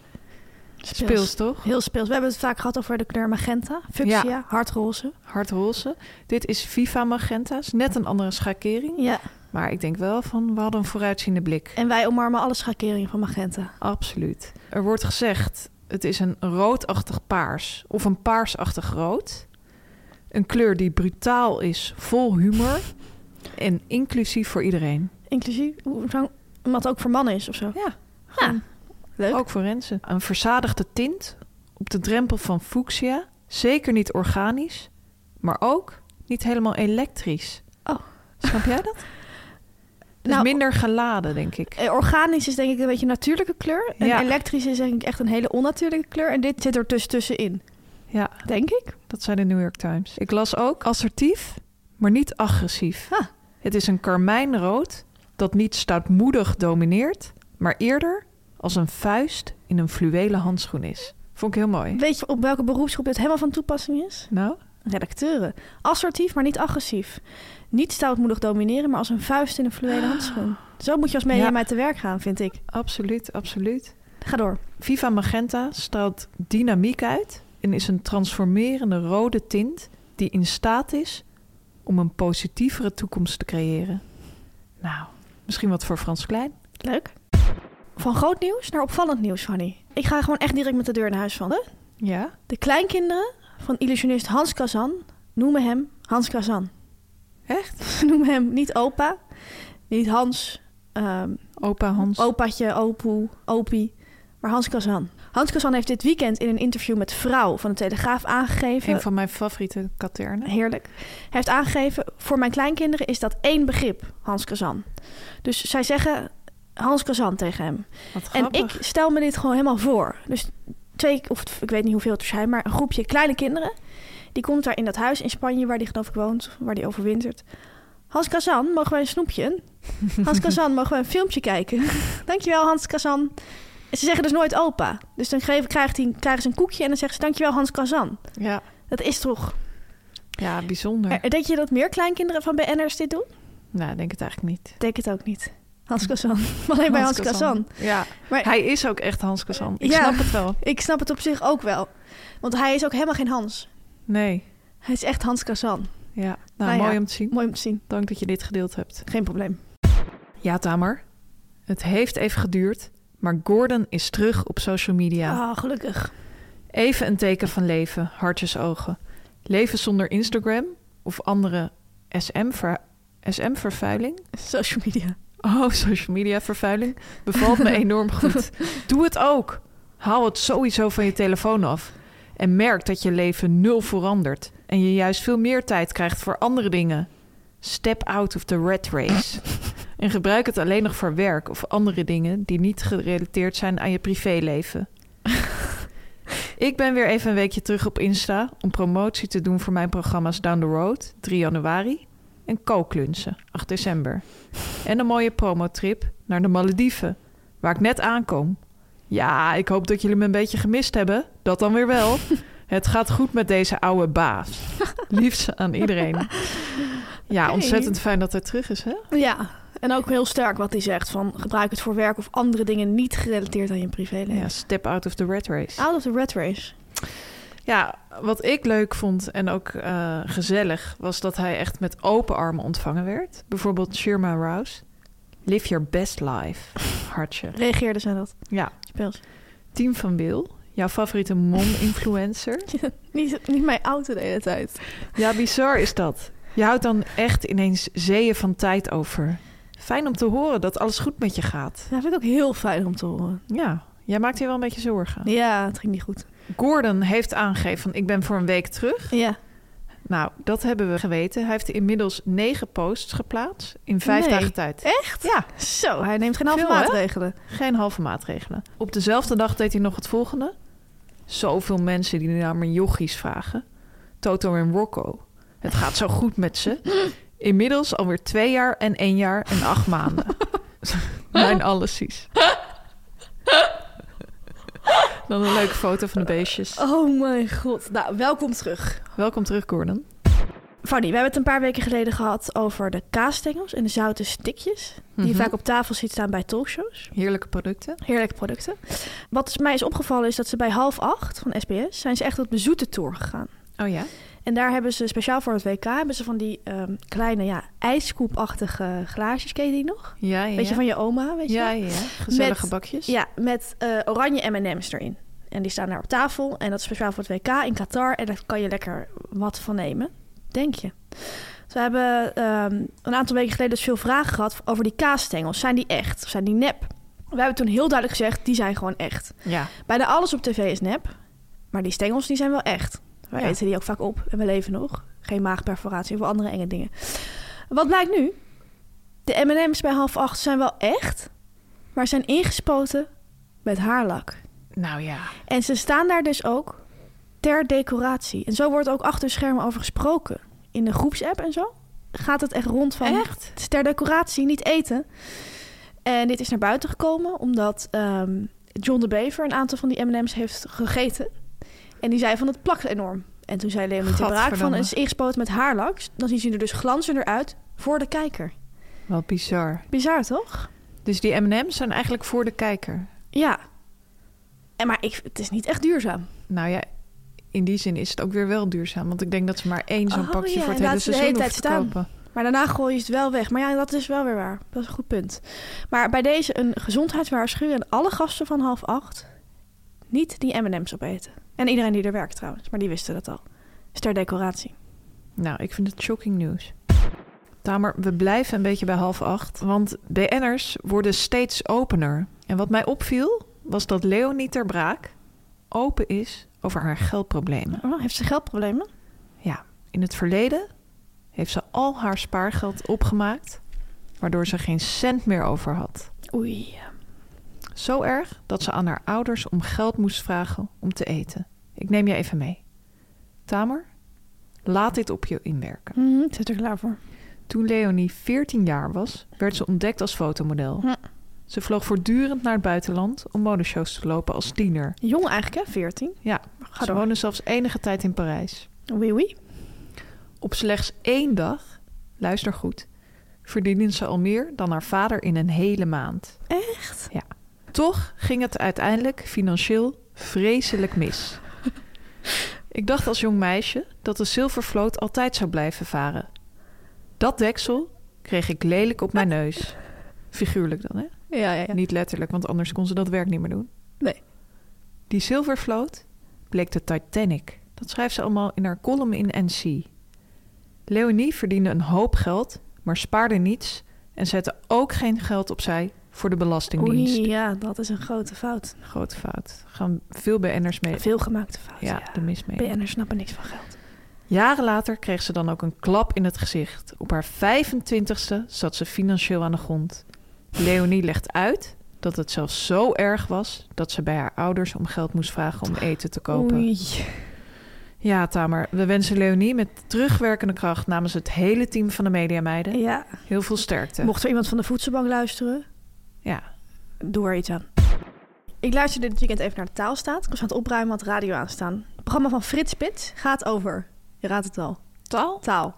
Speels toch? Heel speels. We hebben het vaak gehad over de kleur magenta, fuchsia, Ja. hardroze. Hardroze. Dit is Viva Magenta. Is net een andere schakering. Ja. Maar ik denk wel van, we hadden een vooruitziende blik. En wij omarmen alle schakeringen van magenta. Absoluut. Er wordt gezegd, het is een roodachtig paars of een paarsachtig rood. Een kleur die brutaal is, vol humor en inclusief voor iedereen. Inclusief, wat ook voor mannen is of zo. Ja, Ja, leuk. ook voor Renze. Een verzadigde tint op de drempel van fuchsia. Zeker niet organisch, maar ook niet helemaal elektrisch. Oh. Snap jij dat? Dus Nou, minder geladen, denk ik. Organisch is denk ik een beetje een natuurlijke kleur. En Ja. elektrisch is denk ik echt een hele onnatuurlijke kleur. En dit zit er dus tussenin, Ja, denk ik. dat zei de New York Times. Ik las ook assertief, maar niet agressief. Ah. Het is een karmijnrood dat niet stoutmoedig domineert, maar eerder als een vuist in een fluwelen handschoen is. Vond ik heel mooi. Weet je op welke beroepsgroep dit helemaal van toepassing is? Nou, Redacteuren. Assertief, maar niet agressief. Niet stoutmoedig domineren, maar als een vuist in een fluwelen handschoen. Zo moet je als media Ja. mij te werk gaan, vind ik. absoluut, absoluut. Ga door. Viva Magenta straalt dynamiek uit en is een transformerende rode tint die in staat is om een positievere toekomst te creëren. Nou, misschien wat voor Frans Klein. Leuk. Van groot nieuws naar opvallend nieuws, Fanny. Ik ga gewoon echt direct met de deur naar huis vallen. Ja? De kleinkinderen van illusionist Hans Kazan noemen hem Hans Kazan. Echt? Ze noemen hem niet opa, niet Hans, Opa Hans. opaatje, opoe, opie, maar Hans Kazan. Hans Kazan heeft dit weekend in een interview met Vrouw van de Telegraaf aangegeven... Een van mijn favoriete katernen. Heerlijk. Hij heeft aangegeven, voor mijn kleinkinderen is dat één begrip, Hans Kazan. Dus zij zeggen Hans Kazan tegen hem. Wat En grappig. ik stel me dit gewoon helemaal voor. Dus ik weet niet hoeveel het er zijn, maar een groepje kleine kinderen. Die komt daar in dat huis in Spanje, waar die geloof ik woont, waar die overwintert. Hans Kazan, mogen wij een snoepje? Hans Kazan, mogen wij een filmpje kijken? Dankjewel, Hans Kazan. En ze zeggen dus nooit opa. Dus dan krijgen ze een koekje en dan zeggen ze dankjewel, Hans Kazan. Ja. Dat is toch... Ja, bijzonder. Denk je dat meer kleinkinderen van BN'ers dit doen? Nou, ik denk het eigenlijk niet. Denk het ook niet. Hans Kazan. Alleen bij Hans Kazan. Ja, Maar hij is ook echt Hans Kazan. Ik Ja. snap het wel. ik snap het op zich ook wel. Want hij is ook helemaal geen Hans. Nee. Hij is echt Hans Kazan. Ja, Nou mooi ja. om te zien. Mooi om te zien. Dank dat je dit gedeeld hebt. Geen probleem. Ja, Tamer. Het heeft even geduurd, Maar Gordon is terug op social media. Gelukkig. Even een teken van leven, hartjesogen. Leven zonder Instagram of andere SM-vervuiling. Social media. Oh, social media vervuiling. Bevalt me enorm goed. Doe het ook. Haal het sowieso van je telefoon af. En merk dat je leven 0 verandert. En je juist veel meer tijd krijgt voor andere dingen. Step out of the rat race. En gebruik het alleen nog voor werk of andere dingen die niet gerelateerd zijn aan je privéleven. Ik ben weer even een weekje terug op Insta om promotie te doen voor mijn programma's Down the Road, 3 januari... en Kooklunsen, 8 december. En een mooie promotrip naar de Malediven, waar ik net aankom. Ja, ik hoop dat jullie me een beetje gemist hebben. Dat dan weer wel. Het gaat goed met deze oude baas. Liefst aan iedereen. Ja, ontzettend fijn dat hij terug is, hè? Ja, en ook heel sterk wat hij zegt van gebruik het voor werk of andere dingen niet gerelateerd aan je privéleven. Ja, step out of the rat race. Out of the rat race. Ja, wat ik leuk vond en ook gezellig was dat hij echt met open armen ontvangen werd. Bijvoorbeeld Shirma Rouse. Live your best life. Hartje. Reageerde zij dat? Ja. Speels. Team van Wil, jouw favoriete mom-influencer. niet mijn auto de hele tijd. Ja, bizar is dat. Je houdt dan echt ineens zeeën van tijd over. Fijn om te horen dat alles goed met je gaat. Ja, vind ik ook heel fijn om te horen. Ja, jij maakt je wel een beetje zorgen. Ja, het ging niet goed. Gordon heeft aangegeven van ik ben voor een week terug. Ja. Nou, dat hebben we geweten. Hij heeft inmiddels 9 posts geplaatst in 5 dagen tijd. Echt? Ja. Zo, hij neemt geen halve Veel, maatregelen. Geen halve maatregelen. Op dezelfde dag deed hij nog het volgende. Zoveel mensen die naar mijn jochies vragen. Toto en Rocco. Het gaat zo goed met ze. Inmiddels alweer 2 jaar en 1 jaar en 8 maanden. Mijn allesies. Dan een leuke foto van de beestjes. Oh mijn god. Nou, welkom terug. Welkom terug, Gordon. Fanny, we hebben het een paar weken geleden gehad over de kaasstengels en de zoute stikjes. Die je vaak op tafel ziet staan bij talkshows. Heerlijke producten. Heerlijke producten. Wat mij is opgevallen is dat ze bij 7:30 van SBS zijn ze echt op de zoete tour gegaan. Oh ja? En daar hebben ze speciaal voor het WK hebben ze van die kleine ijskoepachtige glaasjes. Ken je die nog? Ja, ja. Weet je, van je oma, weet je? Ja, ja. Gezellige met, bakjes. Ja, met oranje M&M's erin. En die staan daar op tafel. En dat is speciaal voor het WK in Qatar. En daar kan je lekker wat van nemen, denk je. Dus we hebben een aantal weken geleden dus veel vragen gehad over die kaasstengels. Zijn die echt of zijn die nep? We hebben toen heel duidelijk gezegd, die zijn gewoon echt. Ja. Bijna alles op tv is nep. Maar die stengels, die zijn wel echt. Wij eten die ook vaak op en we leven nog. Geen maagperforatie of andere enge dingen. Wat blijkt nu? De M&M's bij 7:30 zijn wel echt, maar zijn ingespoten met haarlak. Nou ja. En ze staan daar dus ook ter decoratie. En zo wordt ook achter schermen over gesproken. In de groepsapp en zo gaat het echt rond van... Echt? Het is ter decoratie, niet eten. En dit is naar buiten gekomen omdat John de Bever een aantal van die M&M's heeft gegeten. En die zei van het plakt enorm. En toen zei Leonie de Braak van het is ingespoten met haarlak. Dan zien ze er dus glanzender uit voor de kijker. Wat bizar. Bizar, toch? Dus die M&M's zijn eigenlijk voor de kijker. Ja. Maar het is niet echt duurzaam. Nou ja, in die zin is het ook weer wel duurzaam. Want ik denk dat ze maar 1 zo'n pakje voor het hele seizoen hoeven te kopen. Maar daarna gooi je het wel weg. Maar ja, dat is wel weer waar. Dat is een goed punt. Maar bij deze een gezondheidswaarschuwing en alle gasten van 7:30 niet die M&M's opeten. En iedereen die er werkt trouwens. Maar die wisten dat al. Is ter decoratie. Nou, ik vind het shocking nieuws. Tamer, we blijven een beetje bij 7:30. Want BN'ers worden steeds opener. En wat mij opviel, was dat Leonie ter Braak open is over haar geldproblemen. Oh, heeft ze geldproblemen? Ja, in het verleden heeft ze al haar spaargeld opgemaakt, waardoor ze geen cent meer over had. Oei. Zo erg dat ze aan haar ouders om geld moest vragen om te eten. Ik neem je even mee. Tamer, laat dit op je inwerken. Ik zit er klaar voor. Toen Leonie 14 jaar was, werd ze ontdekt als fotomodel. Ze vloog voortdurend naar het buitenland om modeshows te lopen als tiener. Jong eigenlijk, hè? 14? Ja, ze woonde zelfs enige tijd in Parijs. Oui, oui. Op slechts 1 dag, luister goed, verdiende ze al meer dan haar vader in een hele maand. Echt? Ja. Toch ging het uiteindelijk financieel vreselijk mis. Ik dacht als jong meisje dat de zilvervloot altijd zou blijven varen. Dat deksel kreeg ik lelijk op mijn neus. Figuurlijk dan, hè? Ja. Niet letterlijk, want anders kon ze dat werk niet meer doen. Nee. Die zilvervloot bleek de Titanic. Dat schrijft ze allemaal in haar column in NC. Leonie verdiende een hoop geld, maar spaarde niets en zette ook geen geld opzij voor de Belastingdienst. Oei, ja, dat is een grote fout. Grote fout. Gaan veel BN'ers mee. Veel gemaakte fouten. Ja, de mis mee. BN'ers snappen niks van geld. Jaren later kreeg ze dan ook een klap in het gezicht. Op haar 25ste zat ze financieel aan de grond. Leonie legt uit dat het zelfs zo erg was dat ze bij haar ouders om geld moest vragen om eten te kopen. Oei. Ja, Tamer, we wensen Leonie met terugwerkende kracht namens het hele team van de Mediameiden Ja. heel veel sterkte. Mocht er iemand van de voedselbank luisteren, Ja, doe er iets aan. Ik luisterde dit weekend even naar de Taalstaat. Ik was aan het opruimen, had radio aanstaan. Het programma van Frits Spits gaat over, je raadt het al, taal.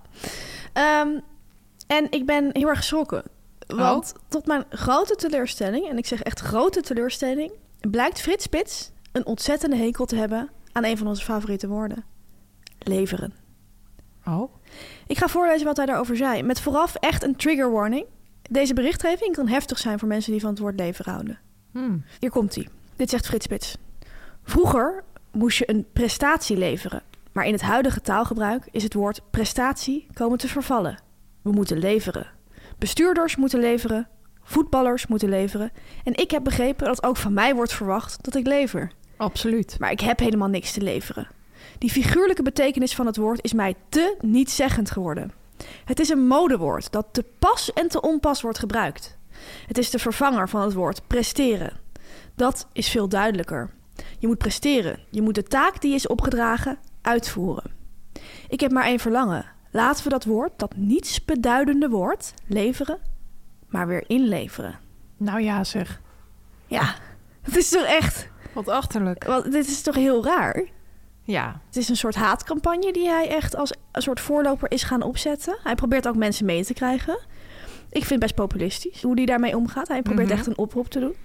En ik ben heel erg geschrokken. Want tot mijn grote teleurstelling, en ik zeg echt grote teleurstelling, blijkt Frits Spits een ontzettende hekel te hebben aan een van onze favoriete woorden. Leveren. Oh. Ik ga voorlezen wat hij daarover zei. Met vooraf echt een trigger warning. Deze berichtgeving kan heftig zijn voor mensen die van het woord leveren houden. Hier komt-ie. Dit zegt Frits Spits. Vroeger moest je een prestatie leveren. Maar in het huidige taalgebruik is het woord prestatie komen te vervallen. We moeten leveren. Bestuurders moeten leveren. Voetballers moeten leveren. En ik heb begrepen dat ook van mij wordt verwacht dat ik lever. Absoluut. Maar ik heb helemaal niks te leveren. Die figuurlijke betekenis van het woord is mij te nietszeggend geworden. Het is een modewoord dat te pas en te onpas wordt gebruikt. Het is de vervanger van het woord presteren. Dat is veel duidelijker. Je moet presteren. Je moet de taak die is opgedragen uitvoeren. Ik heb maar één verlangen. Laten we dat woord, dat nietsbeduidende woord, leveren, maar weer inleveren. Nou ja, zeg. Ja, het is toch echt... Wat achterlijk. Want dit is toch heel raar? Ja. Het is een soort haatcampagne die hij echt als een soort voorloper is gaan opzetten. Hij probeert ook mensen mee te krijgen. Ik vind het best populistisch hoe hij daarmee omgaat. Hij probeert echt een oproep te doen.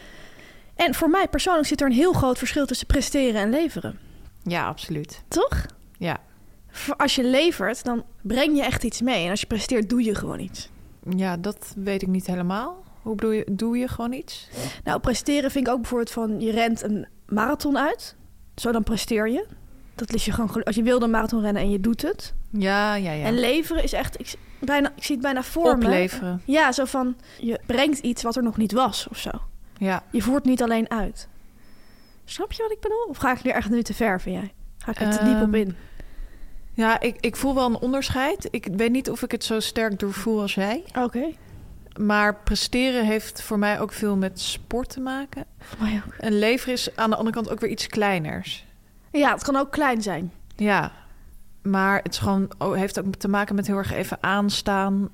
En voor mij persoonlijk zit er een heel groot verschil tussen presteren en leveren. Ja, absoluut. Toch? Ja. Als je levert, dan breng je echt iets mee. En als je presteert, doe je gewoon iets. Ja, dat weet ik niet helemaal. Hoe bedoel je, doe je gewoon iets? Nou, presteren vind ik ook bijvoorbeeld van... je rent een marathon uit. Zo dan presteer je. Dat is je gewoon... Als je wilde een marathon rennen en je doet het. Ja. En leveren is echt... Ik zie het bijna voor me. Opleveren. Ja, zo van... je brengt iets wat er nog niet was of zo. Ja. Je voert niet alleen uit. Snap je wat ik bedoel? Of ga ik er echt nu te ver, vind jij? Ga ik er te diep op in? Ja, ik voel wel een onderscheid. Ik weet niet of ik het zo sterk doorvoel als jij. Oké. Maar presteren heeft voor mij ook veel met sport te maken. Voor mij ook. En leveren is aan de andere kant ook weer iets kleiners. Ja, het kan ook klein zijn. Ja, maar het is gewoon, heeft ook te maken met heel erg even aanstaan.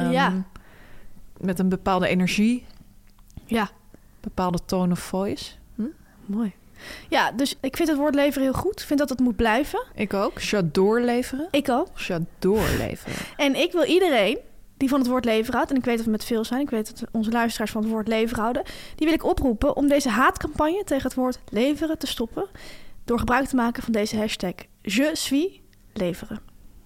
Met een bepaalde energie. Ja. Bepaalde tone of voice. Mooi. Ja, dus ik vind het woord leveren heel goed. Ik vind dat het moet blijven. Ik ook. J'adore leveren. Ik ook. J'adore leveren. En ik wil iedereen die van het woord leveren houdt... en ik weet dat we met veel zijn... ik weet dat onze luisteraars van het woord leveren houden... die wil ik oproepen om deze haatcampagne tegen het woord leveren te stoppen... door gebruik te maken van deze hashtag Je suis leveren.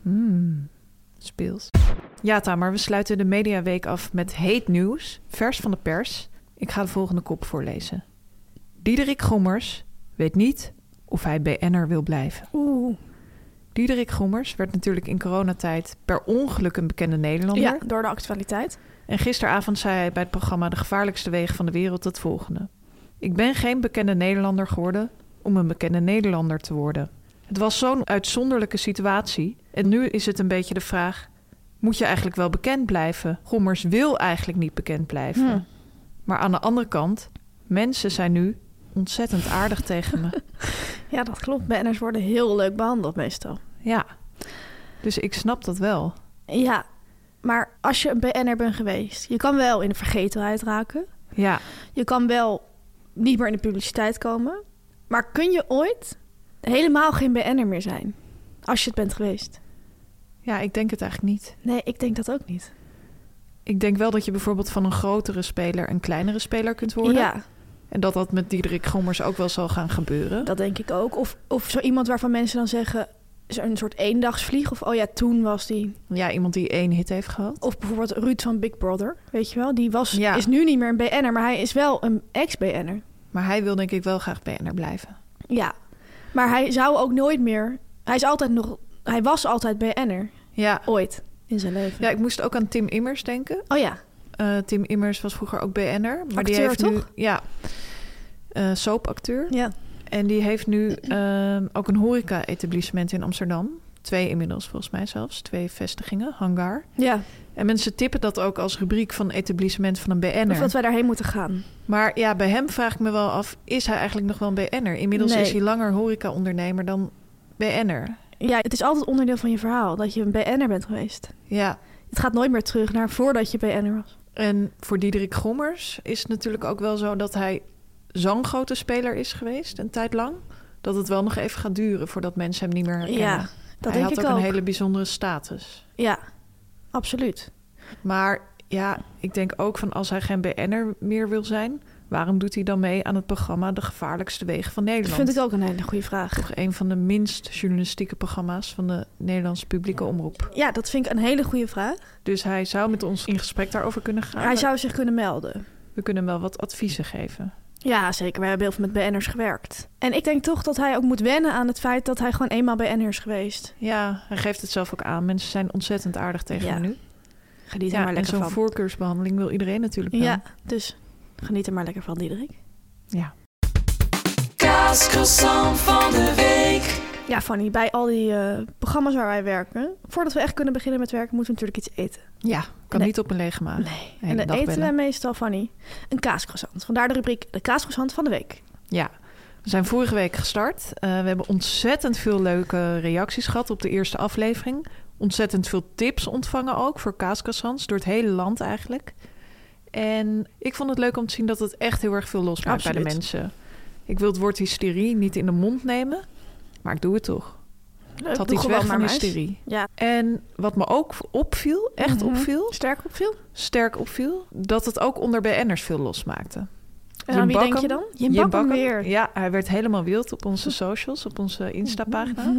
Speels. Ja, Tamer, we sluiten de Mediaweek af met heet nieuws. Vers van de pers. Ik ga de volgende kop voorlezen. Diederik Gommers weet niet of hij BN'er wil blijven. Diederik Gommers werd natuurlijk in coronatijd per ongeluk een bekende Nederlander. Ja, door de actualiteit. En gisteravond zei hij bij het programma De Gevaarlijkste Wegen van de Wereld het volgende. Ik ben geen bekende Nederlander geworden om een bekende Nederlander te worden. Het was zo'n uitzonderlijke situatie. En nu is het een beetje de vraag, moet je eigenlijk wel bekend blijven? Gommers wil eigenlijk niet bekend blijven. Maar aan de andere kant, mensen zijn nu ontzettend aardig tegen me. Ja, dat klopt. BN'ers worden heel leuk behandeld meestal. Ja, dus ik snap dat wel. Ja, maar als je een BN'er bent geweest... je kan wel in de vergetelheid raken. Ja. Je kan wel niet meer in de publiciteit komen. Maar kun je ooit helemaal geen BN'er meer zijn? Als je het bent geweest. Ja, ik denk het eigenlijk niet. Nee, ik denk dat ook niet. Ik denk wel dat je bijvoorbeeld van een grotere speler een kleinere speler kunt worden. Ja. En dat dat met Diederik Gommers ook wel zal gaan gebeuren. Dat denk ik ook. Of zo iemand waarvan mensen dan zeggen... een soort eendagsvlieg. Of toen was die... Ja, iemand die 1 hit heeft gehad. Of bijvoorbeeld Ruud van Big Brother, weet je wel. Die is nu niet meer een BN'er, maar hij is wel een ex-BN'er. Maar hij wil denk ik wel graag BN'er blijven. Ja, maar hij zou ook nooit meer... Hij was altijd BN'er. Ja. Ooit in zijn leven. Ja, ik moest ook aan Tim Immers denken. Oh ja. Tim Immers was vroeger ook BN'er. Maar acteur, die heeft toch? Nu... Ja, soapacteur. Ja. En die heeft nu ook een horeca-etablissement in Amsterdam. 2 inmiddels, volgens mij zelfs. 2 vestigingen, hangar. Ja. En mensen tippen dat ook als rubriek van etablissement van een BN'er. Of dat wij daarheen moeten gaan. Maar ja, bij hem vraag ik me wel af... is hij eigenlijk nog wel een BN'er? Inmiddels is hij langer horeca-ondernemer dan BN'er. Ja, het is altijd onderdeel van je verhaal... dat je een BN'er bent geweest. Ja. Het gaat nooit meer terug naar voordat je BN'er was. En voor Diederik Gommers is het natuurlijk ook wel zo... dat hij zo'n grote speler is geweest, een tijd lang... dat het wel nog even gaat duren voordat mensen hem niet meer herkennen. Ja, dat hij denk had ik ook een hele bijzondere status. Ja, absoluut. Maar ja, ik denk ook van als hij geen BN'er meer wil zijn... waarom doet hij dan mee aan het programma De Gevaarlijkste Wegen van Nederland? Dat vind ik ook een hele goede vraag. Toch een van de minst journalistieke programma's van de Nederlandse publieke omroep. Ja, dat vind ik een hele goede vraag. Dus hij zou met ons in gesprek daarover kunnen gaan. Hij zou zich kunnen melden. We kunnen hem wel wat adviezen geven. Ja, zeker. We hebben heel veel met BN'ers gewerkt. En ik denk toch dat hij ook moet wennen aan het feit... dat hij gewoon eenmaal BN'er is geweest. Ja, hij geeft het zelf ook aan. Mensen zijn ontzettend aardig tegen hem nu. Geniet er maar lekker en van. Zo'n voorkeursbehandeling wil iedereen natuurlijk wel. Ja, dus geniet er maar lekker van, Diederik. Ja. Kaascroissant van de week. Ja, Fanny, bij al die programma's waar wij werken... voordat we echt kunnen beginnen met werken... moeten we natuurlijk iets eten. Ja, kan niet op een lege maag. Nee, en dan eten wij meestal, Fanny, een kaascroissant. Vandaar de rubriek de kaascroissant van de week. Ja, we zijn vorige week gestart. We hebben ontzettend veel leuke reacties gehad op de eerste aflevering. Ontzettend veel tips ontvangen ook voor kaascroissants. Door het hele land eigenlijk. En ik vond het leuk om te zien dat het echt heel erg veel losmaakt bij de mensen. Ik wil het woord hysterie niet in de mond nemen, maar ik doe het toch. Het had iets weg van hysterie. Ja. En wat me ook opviel, echt opviel... Sterk opviel, dat het ook onder BN'ers veel losmaakte. En aan wie denk je dan? Jim Bakken weer. Ja, hij werd helemaal wild op onze socials, op onze Insta-pagina.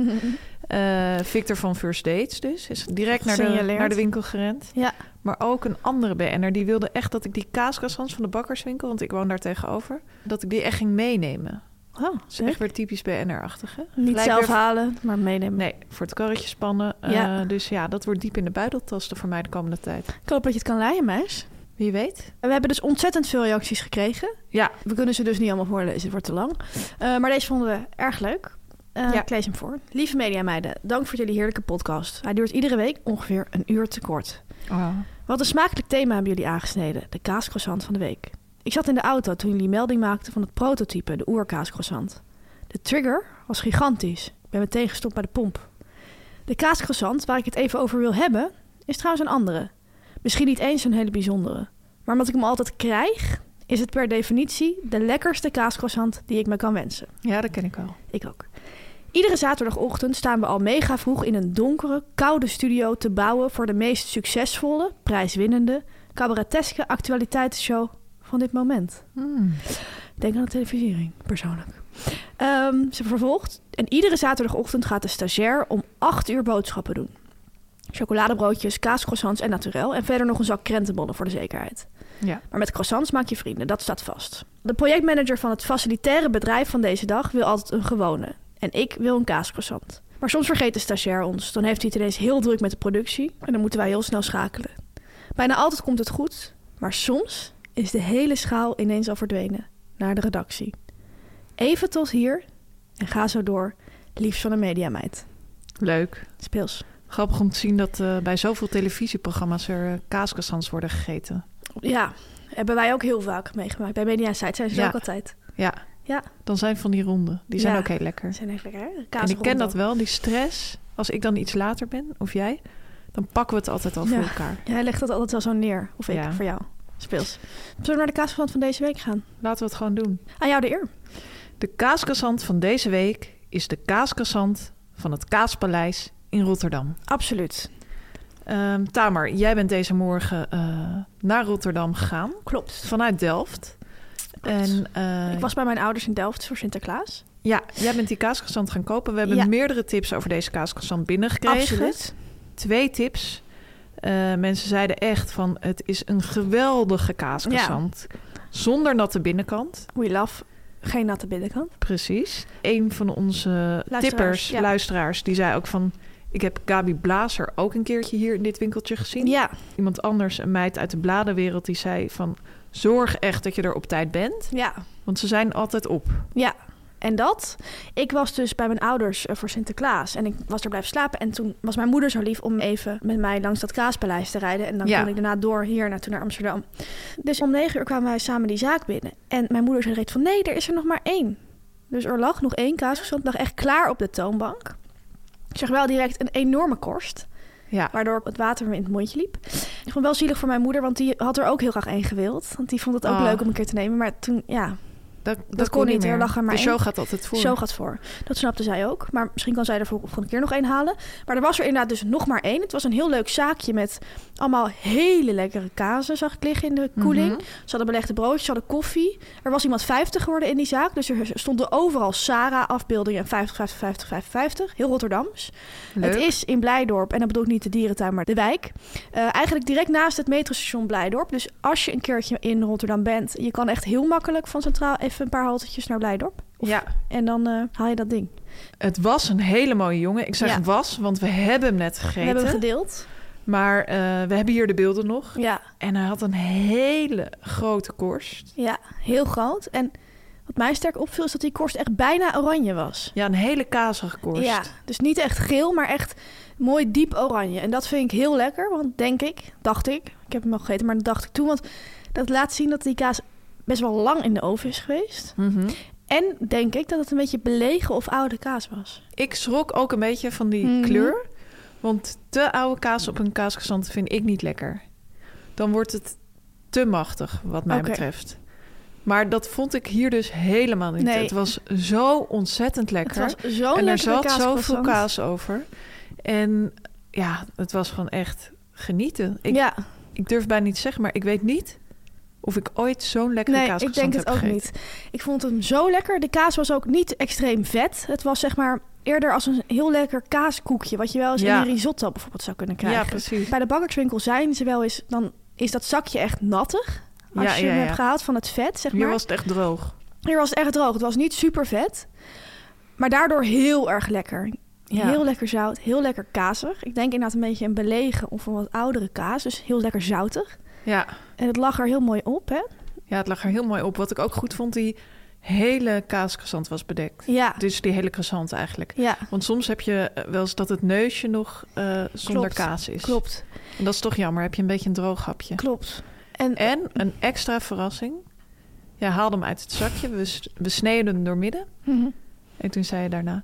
Victor van First Dates dus. Is direct naar de winkel gerend. Ja. Maar ook een andere BN'er. Die wilde echt dat ik die kaascroissants van de bakkerswinkel... want ik woon daar tegenover... dat ik die echt ging meenemen. Oh, dat is echt weer typisch BN'er-achtig, hè? Niet zelf halen, maar meenemen. Nee, voor het karretje spannen. Ja. Dus ja, dat wordt diep in de buideltasten voor mij de komende tijd. Ik hoop dat je het kan leiden, meis. Wie weet. We hebben dus ontzettend veel reacties gekregen. Ja. We kunnen ze dus niet allemaal voorlezen, het wordt te lang. Maar deze vonden we erg leuk. Ik lees hem voor. Lieve mediameiden, dank voor jullie heerlijke podcast. Hij duurt iedere week ongeveer 1 uur te kort. Oh. Wat een smakelijk thema hebben jullie aangesneden. De kaascroissant van de week. Ik zat in de auto toen jullie melding maakten van het prototype, de oerkaascroissant. De trigger was gigantisch. Ik ben meteen gestopt bij de pomp. De kaascroissant, waar ik het even over wil hebben, is trouwens een andere. Misschien niet eens een hele bijzondere. Maar omdat ik hem altijd krijg, is het per definitie de lekkerste kaascroissant die ik me kan wensen. Ja, dat ken ik al. Ik ook. Iedere zaterdagochtend staan we al mega vroeg in een donkere, koude studio te bouwen voor de meest succesvolle, prijswinnende, cabareteske actualiteitsshow van dit moment. Denk aan de televisiering, persoonlijk. Ze vervolgt. En iedere zaterdagochtend gaat de stagiair om 8 uur boodschappen doen. Chocoladebroodjes, kaascroissants en naturel. En verder nog een zak krentenbollen voor de zekerheid. Ja. Maar met croissants maak je vrienden, dat staat vast. De projectmanager van het facilitaire bedrijf van deze dag wil altijd een gewone. En ik wil een kaascroissant. Maar soms vergeet de stagiair ons. Dan heeft hij het ineens heel druk met de productie. En dan moeten wij heel snel schakelen. Bijna altijd komt het goed. Maar soms is de hele schaal ineens al verdwenen. Naar de redactie. Even tot hier. En ga zo door. Liefst van een mediameid. Leuk. Speels. Grappig om te zien dat bij zoveel televisieprogramma's er kaascroissants worden gegeten. Ja, hebben wij ook heel vaak meegemaakt. Bij Media Site zijn ze ook altijd. Ja, dan zijn van die ronden. Die zijn ook heel lekker. Die zijn echt lekker, hè? En ik ken dat wel, die stress. Als ik dan iets later ben, of jij, dan pakken we het altijd al voor elkaar. Ja, hij legt dat altijd wel zo neer. Of ik, voor jou. Speels. Zullen we naar de kaascroissant van deze week gaan? Laten we het gewoon doen. Aan jou de eer. De kaascroissant van deze week is de kaascroissant van het Kaaspaleis in Rotterdam. Absoluut. Tamer, jij bent deze morgen naar Rotterdam gegaan. Klopt. Vanuit Delft. En, ik was bij mijn ouders in Delft voor Sinterklaas. Ja, jij bent die kaascroissant gaan kopen. We hebben meerdere tips over deze kaascroissant binnengekregen. Absoluut. 2 tips. Mensen zeiden echt van, het is een geweldige kaascroissant. Ja. Zonder natte binnenkant. We love geen natte binnenkant. Precies. Een van onze luisteraars, die zei ook van... Ik heb Gabi Blazer ook een keertje hier in dit winkeltje gezien. Ja. Iemand anders, een meid uit de bladenwereld, die zei van... Zorg echt dat je er op tijd bent. Ja. Want ze zijn altijd op. Ja. En ik was dus bij mijn ouders voor Sinterklaas. En ik was er blijven slapen. En toen was mijn moeder zo lief om even met mij langs dat Kaaspaleis te rijden. En dan kon ik daarna door hier naar Amsterdam. Dus om 9 uur kwamen wij samen die zaak binnen. En mijn moeder zei van nee, er is er nog maar 1. Dus er lag nog 1 kaascroissant, lag echt klaar op de toonbank. Ik zag wel direct een enorme korst. Ja. Waardoor het water me in het mondje liep. Ik vond het wel zielig voor mijn moeder, want die had er ook heel graag 1 gewild. Want die vond het ook leuk om een keer te nemen. Maar toen, dat kon niet. Er lag er maar de show gaat altijd voor. De show gaat voor. Dat snapte zij ook. Maar misschien kan zij er volgende keer nog 1 halen. Maar er was er inderdaad dus nog maar 1. Het was een heel leuk zaakje met allemaal hele lekkere kazen, zag ik liggen in de koeling. Mm-hmm. Ze hadden belegde broodjes, ze hadden koffie. Er was iemand 50 geworden in die zaak. Dus er stonden overal Sarah-afbeeldingen. 50, 50, 50, 55. Heel Rotterdams. Leuk. Het is in Blijdorp. En dat bedoel ik niet de dierentuin, maar de wijk. Eigenlijk direct naast het metrostation Blijdorp. Dus als je een keertje in Rotterdam bent, je kan echt heel makkelijk van Centraal even een paar haltetjes naar Blijdorp. En dan haal je dat ding. Het was een hele mooie jongen. Ik zeg was, want we hebben hem net gegeten. We hebben hem gedeeld. Maar we hebben hier de beelden nog. Ja. En hij had een hele grote korst. Ja, heel groot. En wat mij sterk opviel is dat die korst echt bijna oranje was. Ja, een hele kazige korst. Ja, dus niet echt geel, maar echt mooi diep oranje. En dat vind ik heel lekker, want dacht ik heb hem al gegeten, maar dat dacht ik toen. Want dat laat zien dat die kaas best wel lang in de oven is geweest. Mm-hmm. En denk ik dat het een beetje belegen of oude kaas was. Ik schrok ook een beetje van die kleur. Want te oude kaas op een kaascroissant vind ik niet lekker. Dan wordt het te machtig, wat mij betreft. Maar dat vond ik hier dus helemaal niet. Nee. Het was zo ontzettend lekker. Het was zo en er zat zoveel kaas over. En ja, het was gewoon echt genieten. Ik durf bijna niet te zeggen, maar ik weet niet of ik ooit zo'n lekkere kaascroissant heb gegeten. Nee, ik denk het ook niet. Ik vond hem zo lekker. De kaas was ook niet extreem vet. Het was zeg maar eerder als een heel lekker kaaskoekje, wat je wel eens in een risotto bijvoorbeeld zou kunnen krijgen. Ja, precies. Bij de bakkerswinkel zijn ze wel eens, dan is dat zakje echt nattig. Als je hem hebt gehaald van het vet, zeg maar. Hier was het echt droog. Hier was het echt droog. Het was niet super vet, maar daardoor heel erg lekker. Ja. Heel lekker zout, heel lekker kazig. Ik denk inderdaad een beetje een belegen of een wat oudere kaas, dus heel lekker zoutig. Ja. En het lag er heel mooi op, hè? Ja, het lag er heel mooi op. Wat ik ook goed vond, die hele kaascroissant was bedekt. Ja. Dus die hele croissant eigenlijk. Ja. Want soms heb je wel eens dat het neusje nog zonder kaas is. Klopt. En dat is toch jammer. Heb je een beetje een droog hapje. Klopt. En een extra verrassing. Ja, haalde hem uit het zakje. We sneden hem doormidden. Mm-hmm. En toen zei je daarna,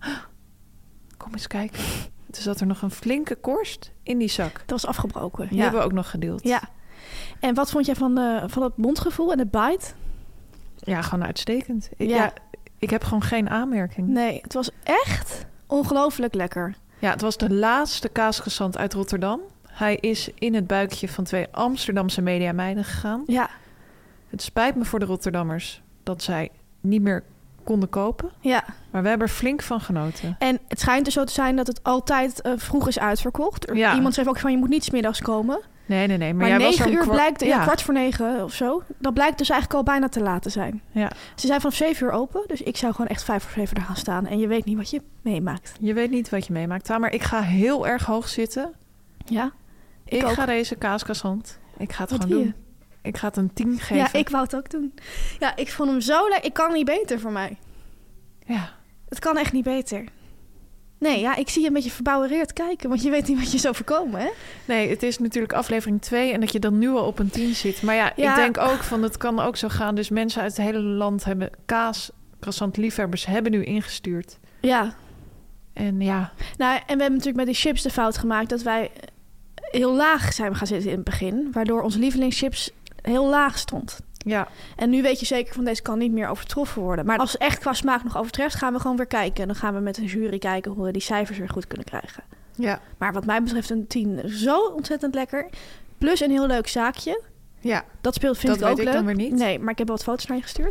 kom eens kijken. Toen zat er nog een flinke korst in die zak. Dat was afgebroken. Die hebben we ook nog gedeeld. Ja. En wat vond jij van het mondgevoel en het bite? Ja, gewoon uitstekend. Ik heb gewoon geen aanmerking. Nee, het was echt ongelooflijk lekker. Ja, het was de laatste kaascroissant uit Rotterdam. Hij is in het buikje van 2 Amsterdamse mediameiden gegaan. Ja. Het spijt me voor de Rotterdammers dat zij niet meer konden kopen. Ja. Maar we hebben er flink van genoten. En het schijnt dus zo te zijn dat het altijd vroeg is uitverkocht. Ja. Iemand schreef ook van, je moet niet 's middags komen. Nee. Maar jij 9 uur blijkt, 8:45 of zo. Dat blijkt dus eigenlijk al bijna te laat te zijn. Ja. Ze zijn vanaf 7 uur open, dus ik zou gewoon echt 5:07 er gaan staan. En je weet niet wat je meemaakt. Je weet niet wat je meemaakt. Maar ik ga heel erg hoog zitten. Ja. Ik ga deze kaascroissant. Ik ga het gewoon doen. Ik ga het een 10 geven. Ja, ik wou het ook doen. Ja, ik vond hem zo lekker. Ik kan niet beter voor mij. Ja. Het kan echt niet beter. Nee, ja, ik zie je een beetje verbouwereerd kijken, want je weet niet wat je zou voorkomen, hè? Nee, het is natuurlijk aflevering 2 en dat je dan nu al op een 10 zit. Maar ja, ik denk ook van, het kan ook zo gaan. Dus mensen uit het hele land hebben croissant-liefhebbers hebben nu ingestuurd. Ja. En ja. Nou, en we hebben natuurlijk met die chips de fout gemaakt dat wij heel laag zijn gaan zitten in het begin, waardoor onze lievelingschips heel laag stond. Ja. En nu weet je zeker van deze kan niet meer overtroffen worden. Maar als het echt qua smaak nog overtreft, gaan we gewoon weer kijken. En dan gaan we met een jury kijken hoe we die cijfers weer goed kunnen krijgen. Ja. Maar wat mij betreft een 10 zo ontzettend lekker. Plus een heel leuk zaakje. Ja. Dat vind ik ook leuk. Dan weer niet. Nee, maar ik heb wat foto's naar je gestuurd.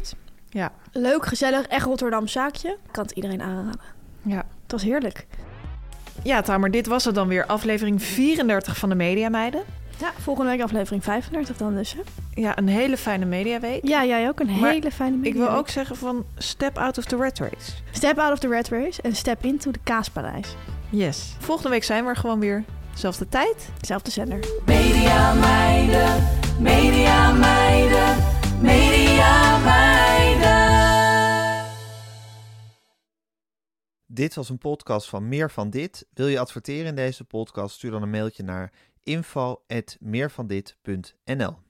Ja. Leuk, gezellig, echt Rotterdam zaakje. Kan het iedereen aanraden. Ja. Het was heerlijk. Ja, Tamer, dit was het dan weer. Aflevering 34 van de Media Meiden. Ja, volgende week aflevering 35 dan dus, hè? Ja, een hele fijne mediaweek. Ja, jij ook. Maar Hele fijne media. Ik wil ook zeggen van step out of the rat race. Step out of the rat race en step into de Kaaspaleis. Yes. Volgende week zijn we er gewoon weer. Zelfde tijd. Zelfde zender. Media meiden, media meiden, media meiden. Dit was een podcast van Meer van Dit. Wil je adverteren in deze podcast? Stuur dan een mailtje naar info@meervandit.nl.